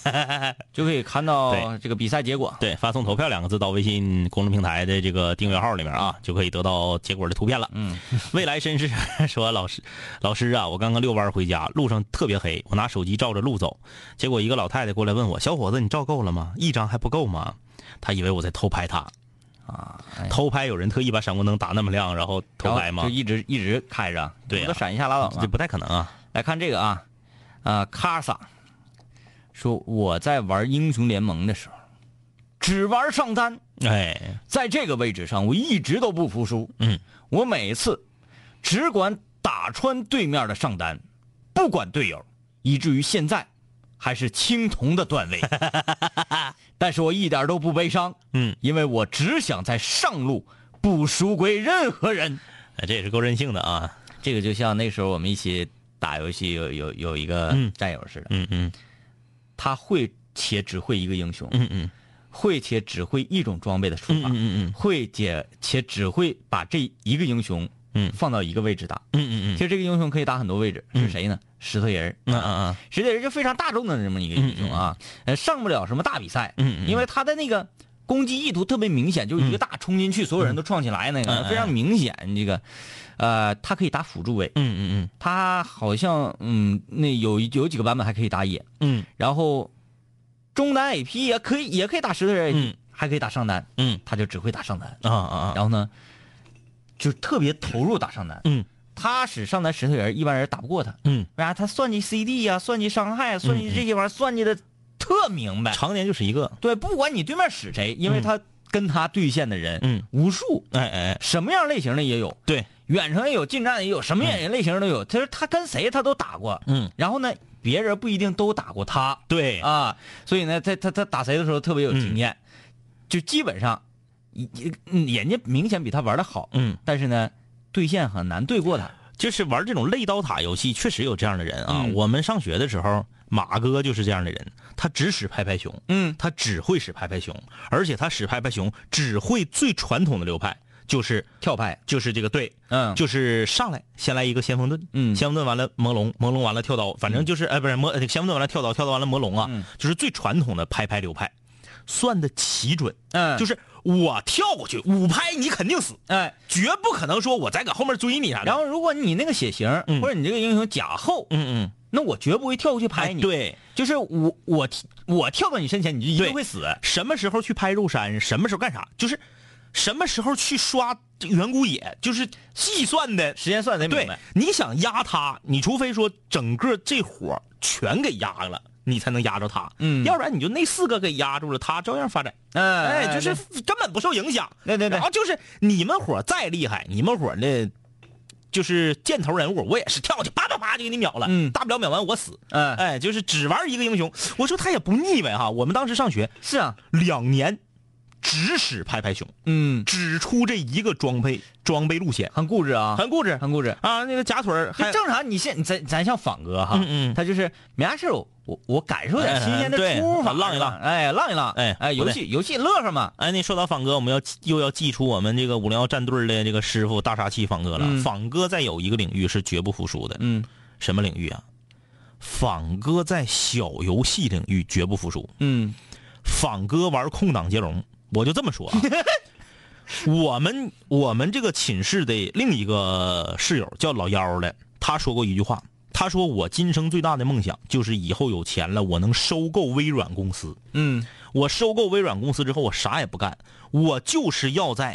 就可以看到这个比赛结果。 对，发送投票两个字到微信公众平台的这个订阅号里面啊，就可以得到结果的图片了。 嗯， 未来绅士说老师老师啊，我刚刚遛弯回家，路上特别黑，我拿手机照着路走，结果一个老太太过来问我，小伙子你照够了吗？一张还不够吗？他以为我在偷拍他。 啊，哎、 偷拍有人特意把闪光灯打那么亮，然后偷拍吗？ 就一直一直开着， 对、啊， 都闪一下拉倒了， 这不太可能啊。 来看这个啊，啊，卡萨说我在玩英雄联盟的时候，只玩上单， 哎， 在这个位置上我一直都不服输， 嗯， 我每次只管打穿对面的上单，不管队友，以至于现在还是青铜的段位。但是我一点都不悲伤， 嗯， 因为我只想在上路不输给任何人。 哎，这也是够任性的啊！ 这个就像那时候我们一起打游戏，有有有一个战友似的， 嗯嗯， 他会且只会一个英雄， 嗯嗯， 会且只会一种装备的出法， 嗯嗯嗯， 会且且只会把这一个英雄， 嗯， 放到一个位置打， 嗯嗯嗯。 其实这个英雄可以打很多位置，是谁呢？石头人， 嗯嗯嗯， 石头人就非常大众的这么一个英雄啊，呃，上不了什么大比赛， 嗯， 因为他的那个攻击意图特别明显，就是一个大冲进去，所有人都撞起来那个，非常明显。这个，呃，他可以打辅助位， 嗯嗯嗯， 他好像嗯，那有有几个版本还可以打野， 嗯， 然后中单 A P 也可以，也可以打石头人 A P， 嗯， 还可以打上单， 嗯， 他就只会打上单啊啊啊， 然后呢，就特别投入打上单， 嗯。 他使上单石头人，一般人打不过他。 嗯， 为啥？他算计 C D 呀、啊，算计伤害、啊，算计这些玩意儿，算计的特明白。 常年就是一个。 对，不管你对面使谁，因为他跟他对线的人， 嗯， 无数， 哎哎， 什么样类型的也有。 对， 远程也有，近战也有，什么样类型都有。他说他跟谁他都打过。 嗯， 然后呢，别人不一定都打过他。 对啊，所以呢，他他他打谁的时候特别有经验，嗯、就基本上，人家明显比他玩的好。 嗯， 但是呢，对线很难对过他。 就是玩这种类刀塔游戏，确实有这样的人啊。 嗯、 我们上学的时候，马哥就是这样的人，他只使拍拍熊， 嗯， 他只会使拍拍熊，而且他使拍拍熊只会最传统的流派，就是跳拍， 就是这个对， 嗯， 就是上来先来一个先锋盾， 嗯， 先锋盾完了魔龙，魔龙完了跳刀，反正就是哎、嗯、不是魔先锋盾完了跳刀，跳刀完了魔龙啊， 嗯、 就是最传统的拍拍流派，算的奇准， 嗯， 就是。我跳过去五拍你肯定死， 哎， 绝不可能说我再搁后面追你啥的。 然后如果你那个血型、嗯、或者你这个英雄甲后， 嗯嗯， 那我绝不会跳过去拍你。 哎、对， 就是我我我跳到你身前，你就一定会死。 什么时候去拍肉山，什么时候干啥，就是什么时候去刷远古野，就是计算的时间算得明白。 对，你想压他，你除非说整个这伙全给压了。你才能压着他， 嗯， 要不然你就那四个给压住了，他照样发展， 嗯， 哎，就是根本不受影响， 对对对。 然后就是你们伙再厉害，你们伙的，就是箭头人物，我也是跳过去啪啪啪就给你秒了， 嗯， 大不了秒完我死， 嗯， 哎，就是只玩一个英雄，我说他也不腻歪哈。我们当时上学是啊， 两年只使拍拍熊， 嗯， 只出这一个装备装备路线， 很固执啊， 很固执， 很固执啊。那个假腿儿， 正常。你现咱咱像仿哥哈， 嗯嗯， 他就是没啥事我我我感受点新鲜的出法， 浪一浪， 哎，浪一浪， 哎哎，游戏游戏乐呵嘛。 哎，那说到仿哥，我们要又要祭出我们这个五零幺战队的这个师傅大杀器仿哥了。 嗯、 仿哥在有一个领域是绝不服输的， 嗯， 什么领域啊？仿哥在小游戏领域绝不服输， 嗯， 仿哥玩空档接龙。我就这么说啊，我们我们这个寝室的另一个室友叫老幺的，他说过一句话，他说我今生最大的梦想就是以后有钱了，我能收购微软公司。 嗯， 我收购微软公司之后，我啥也不干，我就是要在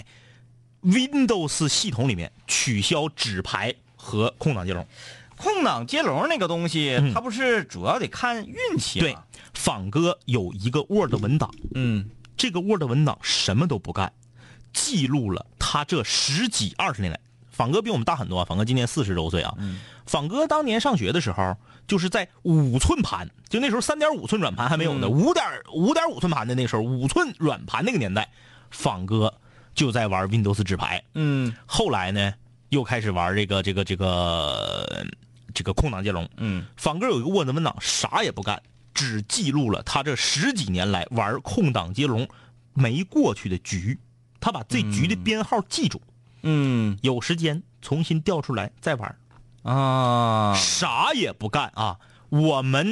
Windows 系统里面取消纸牌和空档接龙。 空档接龙那个东西， 嗯、 它不是主要得看运气吗？ 对，仿哥有一个 Word 文档， 嗯。 这个 Word 文档什么都不干，记录了他这十几二十年来。仿哥比我们大很多啊，仿哥今年四十周岁啊。 嗯， 仿哥当年上学的时候，就是在五寸盘，就那时候三点五寸软盘还没有呢，五点五点五寸盘的那时候，五寸软盘那个年代，仿哥就在玩 Windows 纸牌。 嗯， 后来呢，又开始玩这个这个这个这个空档接龙。 嗯， 仿哥有一个 Word 文档，啥也不干。只记录了他这十几年来玩空档接龙没过去的局，他把这局的编号记住， 嗯， 有时间重新调出来再玩， 啊， 啥也不干啊。我们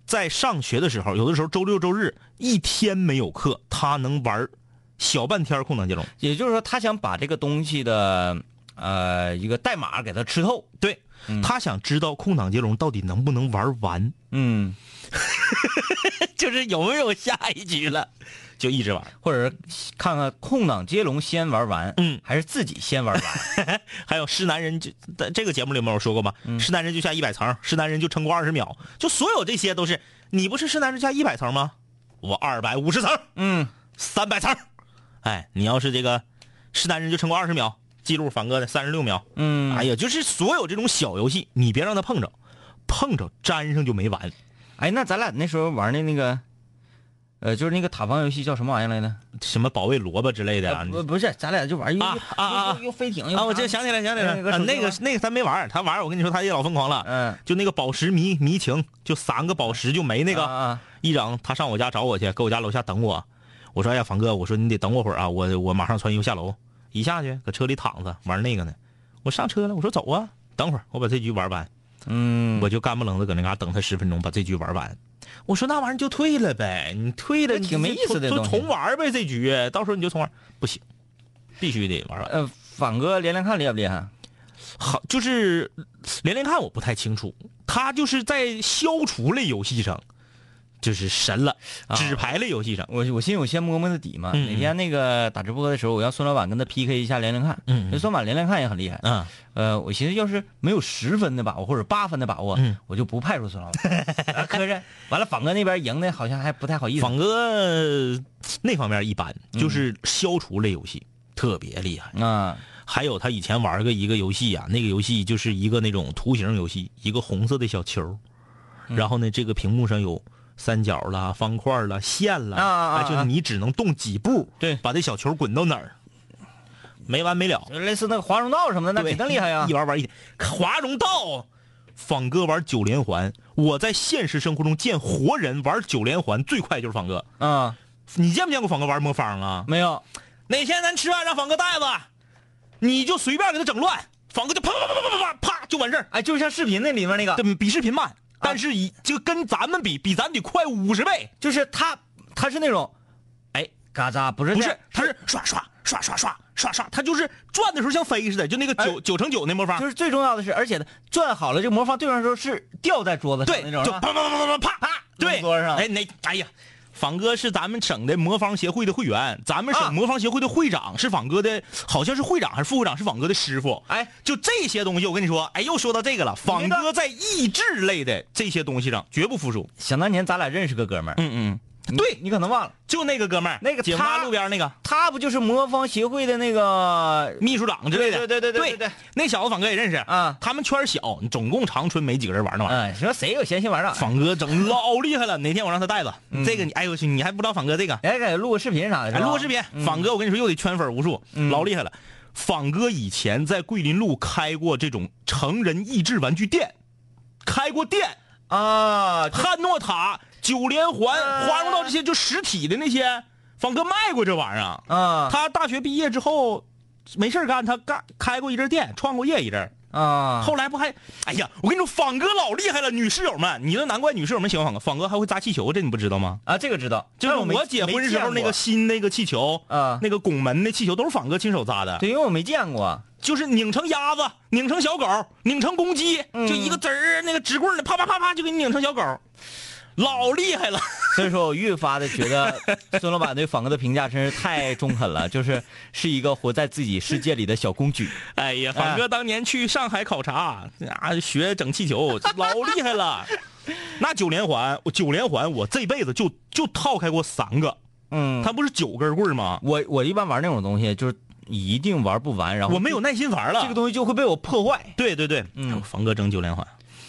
在上学的时候，有的时候周六周日一天没有课，他能玩小半天空档接龙。 也就是说，他想把这个东西的呃一个代码给它吃透。 对、嗯、他想知道空档接龙到底能不能玩完。 嗯， 就是有没有下一局了，就一直玩， 或者看看空档接龙先玩完， 嗯， 还是自己先玩完。 还有是男人就在这个节目里面我说过吧，嗯、是男人就下一百层，是男人就撑过二十秒，就所有这些都是你不是是男人下一百层吗？我二百五十层， 嗯， 三百层，哎，你要是这个是男人就撑过二十秒，记录反哥的三十六秒， 嗯， 哎呀，就是所有这种小游戏，你别让他碰着，碰着粘上就没完。 哎，那咱俩那时候玩的那个。呃，就是那个塔防游戏叫什么玩意儿来着？ 什么保卫萝卜之类的啊？ 不、呃、不是，咱俩就玩又啊啊啊！ 又飞艇啊！我这想起来想起来了，那个、啊、那个那个咱没玩，他玩我跟你说他也老疯狂了。 嗯， 就那个宝石迷迷情，就三个宝石就没那个。 啊啊一整他上我家找我去，搁我家楼下等我。我说哎呀，房哥，我说你得等我会儿啊，我我马上穿衣服下楼。一下去搁车里躺着玩那个呢。我上车了，我说走啊，等会儿我把这局玩完。 嗯， 我就干不愣的搁那嘎等他十分钟，把这局玩完。我说那玩意儿就退了呗，你退了挺没意思的东西，就重玩呗这局，到时候你就重玩，不行，必须得玩完。 呃，反哥连连看厉害不厉害？ 好，就是连连看我不太清楚，他就是在消除类游戏上就是神了， 啊、 纸牌类游戏上， 我我寻思我先摸摸他底嘛。 嗯、 哪天那个打直播的时候，我让孙老板跟他 P K 一下连连看。 嗯， 孙老板连连看也很厉害。 嗯， 呃，我寻思要是没有十分的把握或者八分的把握， 嗯， 我就不派出孙老板。可是完了，仿哥那边赢的好像还不太好意思。 仿哥那方面一般，就是消除类游戏、嗯、特别厉害啊。 还有他以前玩个一个游戏啊，那个游戏就是一个那种图形游戏，一个红色的小球， 嗯、 然后呢，这个屏幕上有三角啦、方块啦、线啦， 啊啊啊啊就是你只能动几步， 对， 把这小球滚到哪儿，没完没了。 类似那个华容道什么的，那挺厉害呀！ 一玩玩一天，华容道，仿哥玩九连环，我在现实生活中见活人玩九连环最快就是仿哥啊！ 你见没见过仿哥玩魔方啊？ 没有。 哪天咱吃饭让仿哥带吧，你就随便给他整乱，仿哥就啪啪啪啪啪啪啪就完事儿。 哎，就像视频那里面那个， 对，比视频慢。但是以就跟咱们比，比咱得快五十倍。 就是他，他是那种，哎，嘎扎不是不是，他是刷刷刷刷刷刷刷，他就是转的时候像飞似的，就那个九九乘九那魔方。 就是最重要的是，而且转好了，这个魔方对上的时候是掉在桌子上那种， 就啪啪啪啪啪啪，对， 桌上。 哎，那哎呀。仿哥是咱们省的魔方协会的会员，咱们省魔方协会的会长是仿哥的，好像是会长还是副会长是仿哥的师傅。 哎， 就这些东西，我跟你说，哎，又说到这个了。仿哥在益智类的这些东西上绝不服输。 想当年咱俩认识个哥们儿， 嗯嗯。对你可能忘了， 就那个哥们儿， 那个解放路边那个， 他不就是魔方协会的那个秘书长之类的？ 对对对对对对， 那小子仿哥也认识啊。 他们圈小，总共长春没几个人玩那玩意儿。 哎，说谁有闲心玩那？ 仿哥整老厉害了，哪天我让他带吧。 嗯、 这个你，哎呦我去，你还不知道仿哥这个？ 哎，给录个视频啥的， 哎，录个视频。 嗯、 仿哥，我跟你说又得圈粉无数， 嗯、 老厉害了。仿哥以前在桂林路开过这种成人益智玩具店，开过店啊， 汉诺塔。九连环、华容道这些就实体的那些，仿哥卖过这玩意儿啊。 他大学毕业之后没事干，他干开过一阵店，创过业一阵啊。 后来不还，哎呀，我跟你说，仿哥老厉害了，女室友们，你说难怪女室友们喜欢仿哥。仿哥还会扎气球，这你不知道吗？ 啊，这个知道， 就是我结婚时候那个新那个气球啊， 那个拱门的气球都是仿哥亲手扎的。 对，因为我没见过。 就是拧成鸭子，拧成小狗，拧成公鸡， 嗯、 就一个籽儿那个纸棍的，啪啪啪啪就给你拧成小狗。老厉害了， 所以说我愈发的觉得孙老板对仿哥的评价真是太中肯了，就是是一个活在自己世界里的小公举。 哎呀，仿哥当年去上海考察啊，学整气球，老厉害了。那九连环，我九连环，我这辈子就就套开过三个。 嗯， 他不是九根棍吗？ 我我一般玩那种东西，就是一定玩不完，然后我没有耐心玩了， 这个东西就会被我破坏。 对对对， 嗯， 仿哥整九连环。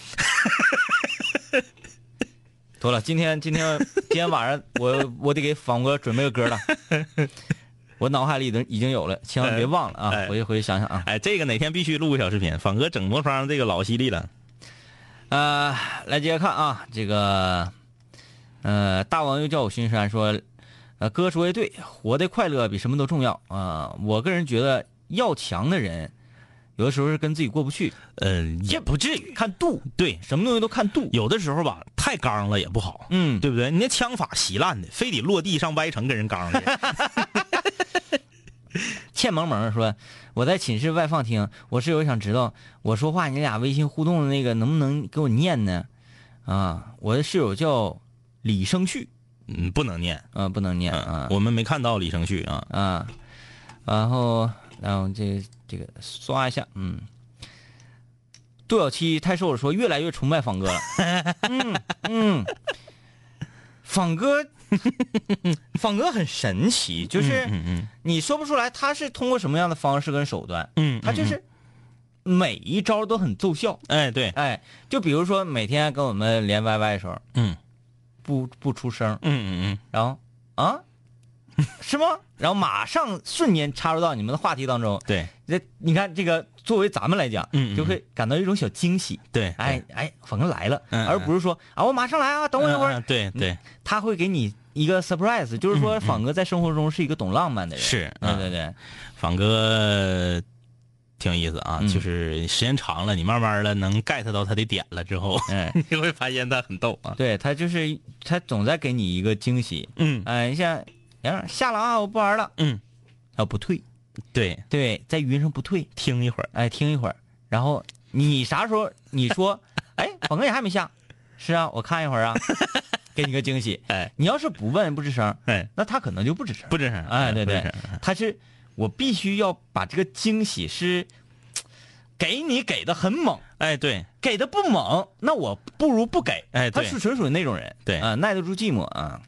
妥了，今天今天今天晚上我我得给仿哥准备个歌了，我脑海里已经已经有了，千万别忘了啊！ 哎、 回去回去想想啊！ 哎，这个哪天必须录个小视频，仿哥整魔方这个老犀利了。 呃，来接着看啊，这个呃大王又叫我巡山说，呃哥说的对，活得快乐比什么都重要啊、呃！我个人觉得要强的人。有的时候是跟自己过不去， 嗯、呃，也不至于看度， 对， 什么东西都看度。 有的时候吧，太太刚了也不好， 嗯， 对不对？你那枪法稀烂的，非得落地上歪成跟人刚的。 倩萌萌说：“我在寝室外放听，我室友想知道我说话你俩微信互动的那个能不能给我念呢？啊，我的室友叫李生旭， 嗯，不能念， 啊，不能念啊， 我们没看到李生旭啊啊，然后然后这这个刷一下，嗯。”杜小七太瘦了说越来越崇拜仿哥了，嗯嗯，仿哥，仿哥很神奇，就是你说不出来他是通过什么样的方式跟手段， 嗯， 他就是每一招都很奏效， 哎对， 哎，就比如说每天跟我们连 Y Y 的时候， 嗯， 不不出声， 嗯嗯嗯， 然后啊。是吗？然后马上瞬间插入到你们的话题当中。 对， 这你看这个，作为咱们来讲， 嗯， 就会感到一种小惊喜。 对， 哎哎，反正来了， 嗯， 而不是说啊，我马上来啊，等我一会儿。 嗯、对对， 他会给你一个 surprise， 就是说仿哥在生活中是一个懂浪漫的人。 是， 对对对， 仿哥挺有意思啊， 嗯、 就是时间长了，你慢慢的能 get 到他的点了之后， 哎， 你会发现他很逗啊。 对他就是他总在给你一个惊喜。 嗯， 哎，像。下了啊！我不玩了。 嗯， 啊，不退。 对对，在语音上不退， 听一会儿。 哎，听一会儿。然后你啥时候你说，哎，仿哥也还没下？是啊，我看一会儿啊，给你个惊喜。 哎， 你要是不问不吱声， 哎， 那他可能就不吱声， 不吱声。 哎，对对，他是我必须要把这个惊喜是给你给的很猛。 哎，对， 给的不猛，那我不如不给。 哎， 他是纯属于那种人。 对啊、呃，耐得住寂寞啊。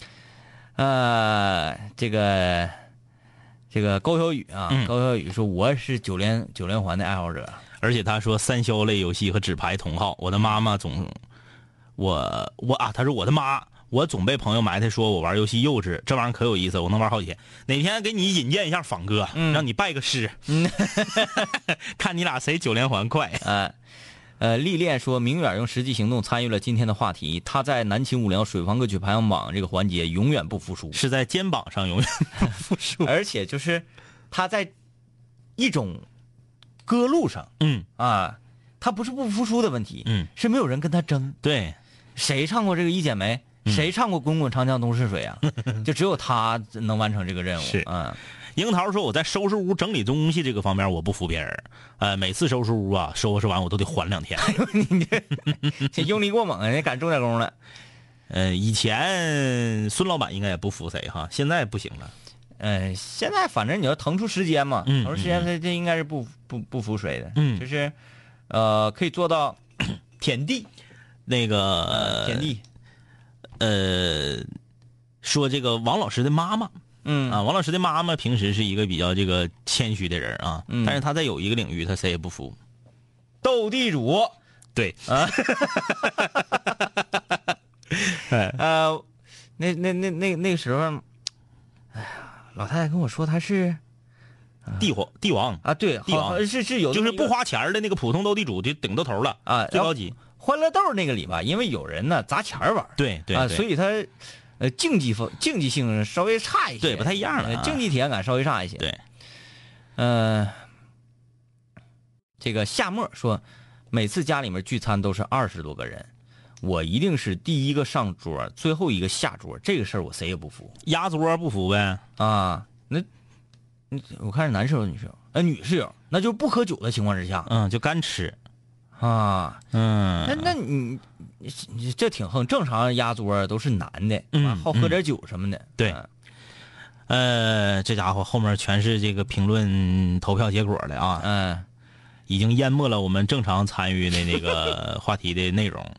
呃，这个这个高小雨啊， 嗯、 高小雨说我是九连九连环的爱好者， 而且他说三消类游戏和纸牌同好。我的妈妈总我我啊，他说我的妈，我总被朋友埋汰说我玩游戏幼稚，这玩意儿可有意思，我能玩好几天。哪天给你引荐一下仿哥， 嗯、 让你拜个师，嗯、看你俩谁九连环快啊。呃呃，历练说，明远用实际行动参与了今天的话题。他在南秦五零水房歌曲排行榜这个环节永远不服输， 是在肩膀上永远不服输， 而且就是他在一种歌路上， 嗯啊，他不是不服输的问题， 嗯， 是没有人跟他争。 对， 谁唱过这个一剪梅？ 嗯、 谁唱过滚滚长江东逝水啊？就只有他能完成这个任务。 是， 嗯。 樱桃说：“我在收拾屋、整理东西这个方面，我不服别人。呃，每次收拾屋啊，收拾完我都得缓两天。 你这用力过猛啊！你赶钟点工了。 呃，以前孙老板应该也不服谁哈，现在不行了。 呃，现在反正你要腾出时间嘛， 嗯、 腾出时间他这应该是不不不服谁的。 嗯， 就是呃，可以做到舔地， 那个、呃、 舔地。 呃，说这个王老师的妈妈。” 嗯啊，王老师的妈妈平时是一个比较这个谦虚的人啊， 嗯、 但是他在有一个领域他谁也不服， 斗地主， 对啊，呃，那那那那那个时候，哎呀，老太太跟我说她是帝皇帝王啊，对， 帝王是是有就是不花钱的那个普通斗地主就顶到头了啊， 最高级。 欢乐豆那个里吧，因为有人呢砸钱玩， 对对啊，所以他。呃，竞技风竞技性稍微差一些， 对，不太一样了、啊。 竞技体验感稍微差一些。 对， 嗯、呃，这个夏末说，每次家里面聚餐都是二十多个人，我一定是第一个上桌，最后一个下桌，这个事儿我谁也不服。 压桌不服呗？ 啊，那，我看是男室友、女室友，呃，女室友，那就是不喝酒的情况之下， 嗯，就干吃。 啊， 嗯， 那那你你这挺横，正常压桌都是男的， 嗯， 好喝点酒什么的， 嗯、对，呃，这家伙后面全是这个评论投票结果的啊， 嗯， 已经淹没了我们正常参与的那个话题的内容。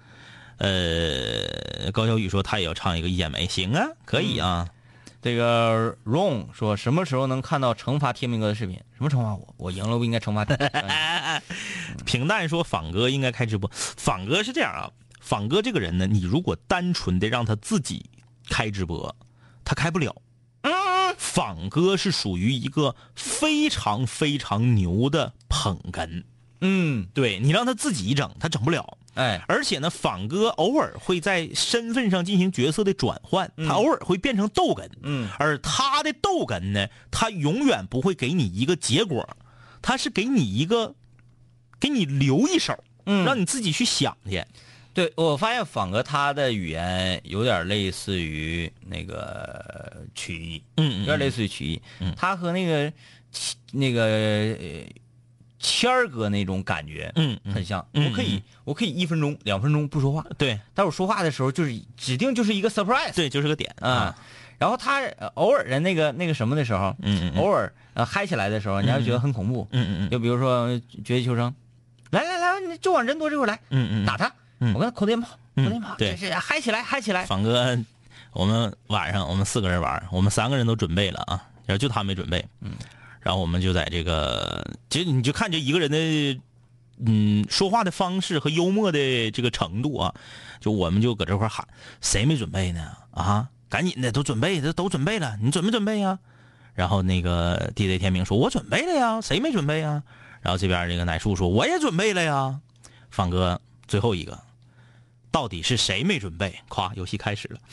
呃，高小雨说他也要唱一个一剪梅，行啊，可以啊。 嗯这个 Ron 说什么时候能看到惩罚天明哥的视频？什么惩罚我？我赢了不应该惩罚他。 平淡说仿哥应该开直播。仿哥是这样啊，仿哥这个人呢，你如果单纯的让他自己开直播，他开不了。 嗯， 仿哥是属于一个非常非常牛的捧哏。 嗯， 对，你让他自己整，他整不了。 哎， 而且呢，仿哥偶尔会在身份上进行角色的转换， 嗯、 他偶尔会变成逗哏， 嗯， 而他的逗哏呢，他永远不会给你一个结果，他是给你一个，给你留一手， 嗯， 让你自己去想去。 对，我发现仿哥他的语言有点类似于那个曲艺， 嗯， 有点类似于曲艺。 嗯， 他和那个那个呃谦儿哥那种感觉， 嗯， 很像。 嗯、 我可以，我可以一分钟、两分钟不说话， 对， 但我说话的时候就是指定就是一个 surprise， 对，就是个点啊。嗯，然后他偶尔的那个那个什么的时候， 嗯嗯， 偶尔呃嗨起来的时候，你还会觉得很恐怖， 嗯嗯嗯， 就比如说绝地求生，来来来，你就往人多这块来， 嗯嗯， 打他， 嗯， 我跟他口电炮。 嗯， 对，是嗨起来，嗨起来！ 仿哥，我们晚上我们四个人玩，我们三个人都准备了啊，然后就他没准备， 嗯， 然后我们就在这个，其实你就看这一个人的，嗯，说话的方式和幽默的这个程度啊，就我们就搁这块喊，谁没准备呢？啊，赶紧的，都准备，这都准备了，你准没准备呀？然后那个 D J 天明说，我准备了呀，谁没准备呀？然后这边这个奶树说，我也准备了呀。仿哥最后一个。到底是谁没准备？咵，游戏开始了，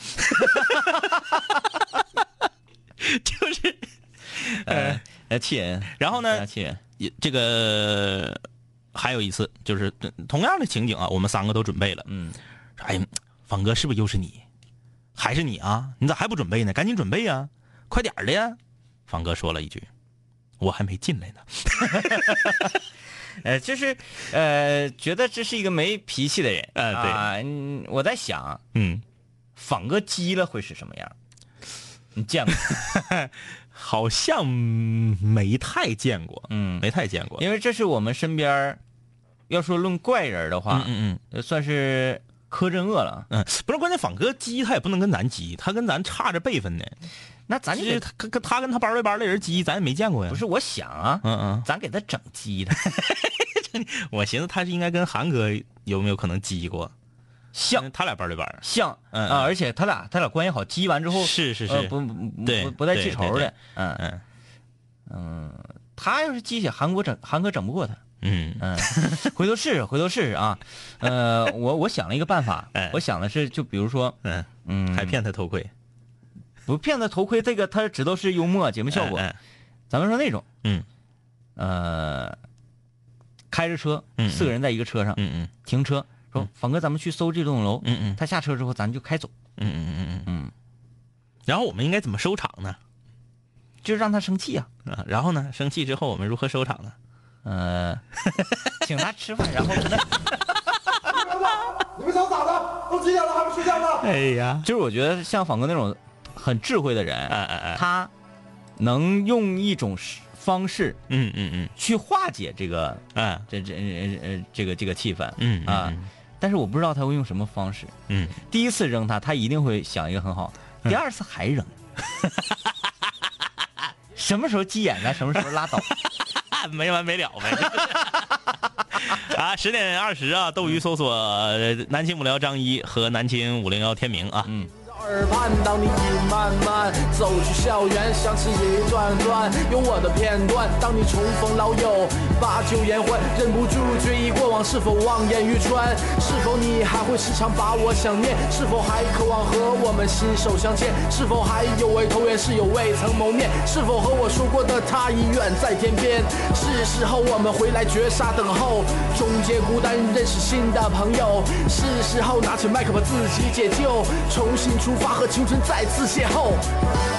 就是呃呃气人。 然后呢， 气人。 这个还有一次，就是同样的情景啊，我们三个都准备了。 嗯， 哎，仿哥是不是又是你？还是你啊？你咋还不准备呢？赶紧准备呀，快点的呀！仿哥说了一句：“我还没进来呢。” 呃，就是呃，觉得这是一个没脾气的人。 呃，对啊，嗯，我在想， 嗯， 仿哥急了会是什么样？你见过？ 好像没太见过， 嗯， 没太见过。 因为这是我们身边，要说论怪人的话， 嗯嗯，算是柯镇恶了。 嗯，不是，关键仿哥急他也不能跟咱急，他跟咱差着辈分呢。 那咱就他跟他跟他班对班的人急，咱也没见过呀。 不是，我想啊， 嗯嗯， 咱给他整急的。 我寻思他是应该跟韩哥有没有可能急过， 像他俩班对班， 像嗯啊，而且他俩他俩关系好，急完之后是是是， 呃、不不对不不带记仇的， 嗯嗯嗯，他要是急起韩国整韩哥整不过他， 嗯嗯，回头试试，回头试试啊，呃，我我想了一个办法， 哎、 我想的是就比如说， 嗯嗯， 还骗他头盔。 不骗他头盔，这个他只都是幽默节目效果。 哎哎、 咱们说那种， 嗯， 呃，开着车， 嗯、 四个人在一个车上， 嗯嗯， 停车，说、 嗯、 仿哥，咱们去搜这栋楼， 嗯嗯， 他下车之后，咱就开走， 嗯嗯嗯嗯嗯， 然后我们应该怎么收场呢？ 就让他生气啊， 啊，然后呢，生气之后我们如何收场呢？ 呃，请他吃饭，然后跟他。 你们想咋的？都几点了还不睡觉呢？ 哎呀， 就是我觉得像仿哥那种很智慧的人， 哎哎哎， 他能用一种方式， 嗯嗯嗯， 去化解这个， 哎， 这这呃呃这个这个气氛， 嗯啊，但是我不知道他会用什么方式， 嗯， 第一次扔他，他一定会想一个很好，第二次还扔，什么时候急眼咱什么时候拉倒， 没完没了呗。啊，十点二十啊，斗鱼搜索南秦五零幺张一和南秦五零幺天明啊。 嗯。 耳畔，当你已慢慢走去校园，想起一段段有我的片段。当你重逢老友，把酒言欢，忍不住追忆过往，是否望眼欲穿？是否你还会时常把我想念？是否还渴望和我们携手相见？是否还有位投缘室友未曾谋面？是否和我说过的他已远在天边？是时候我们回来绝杀等候，终结孤单，认识新的朋友。是时候拿起麦克把自己解救，重新出发和青春再次邂逅。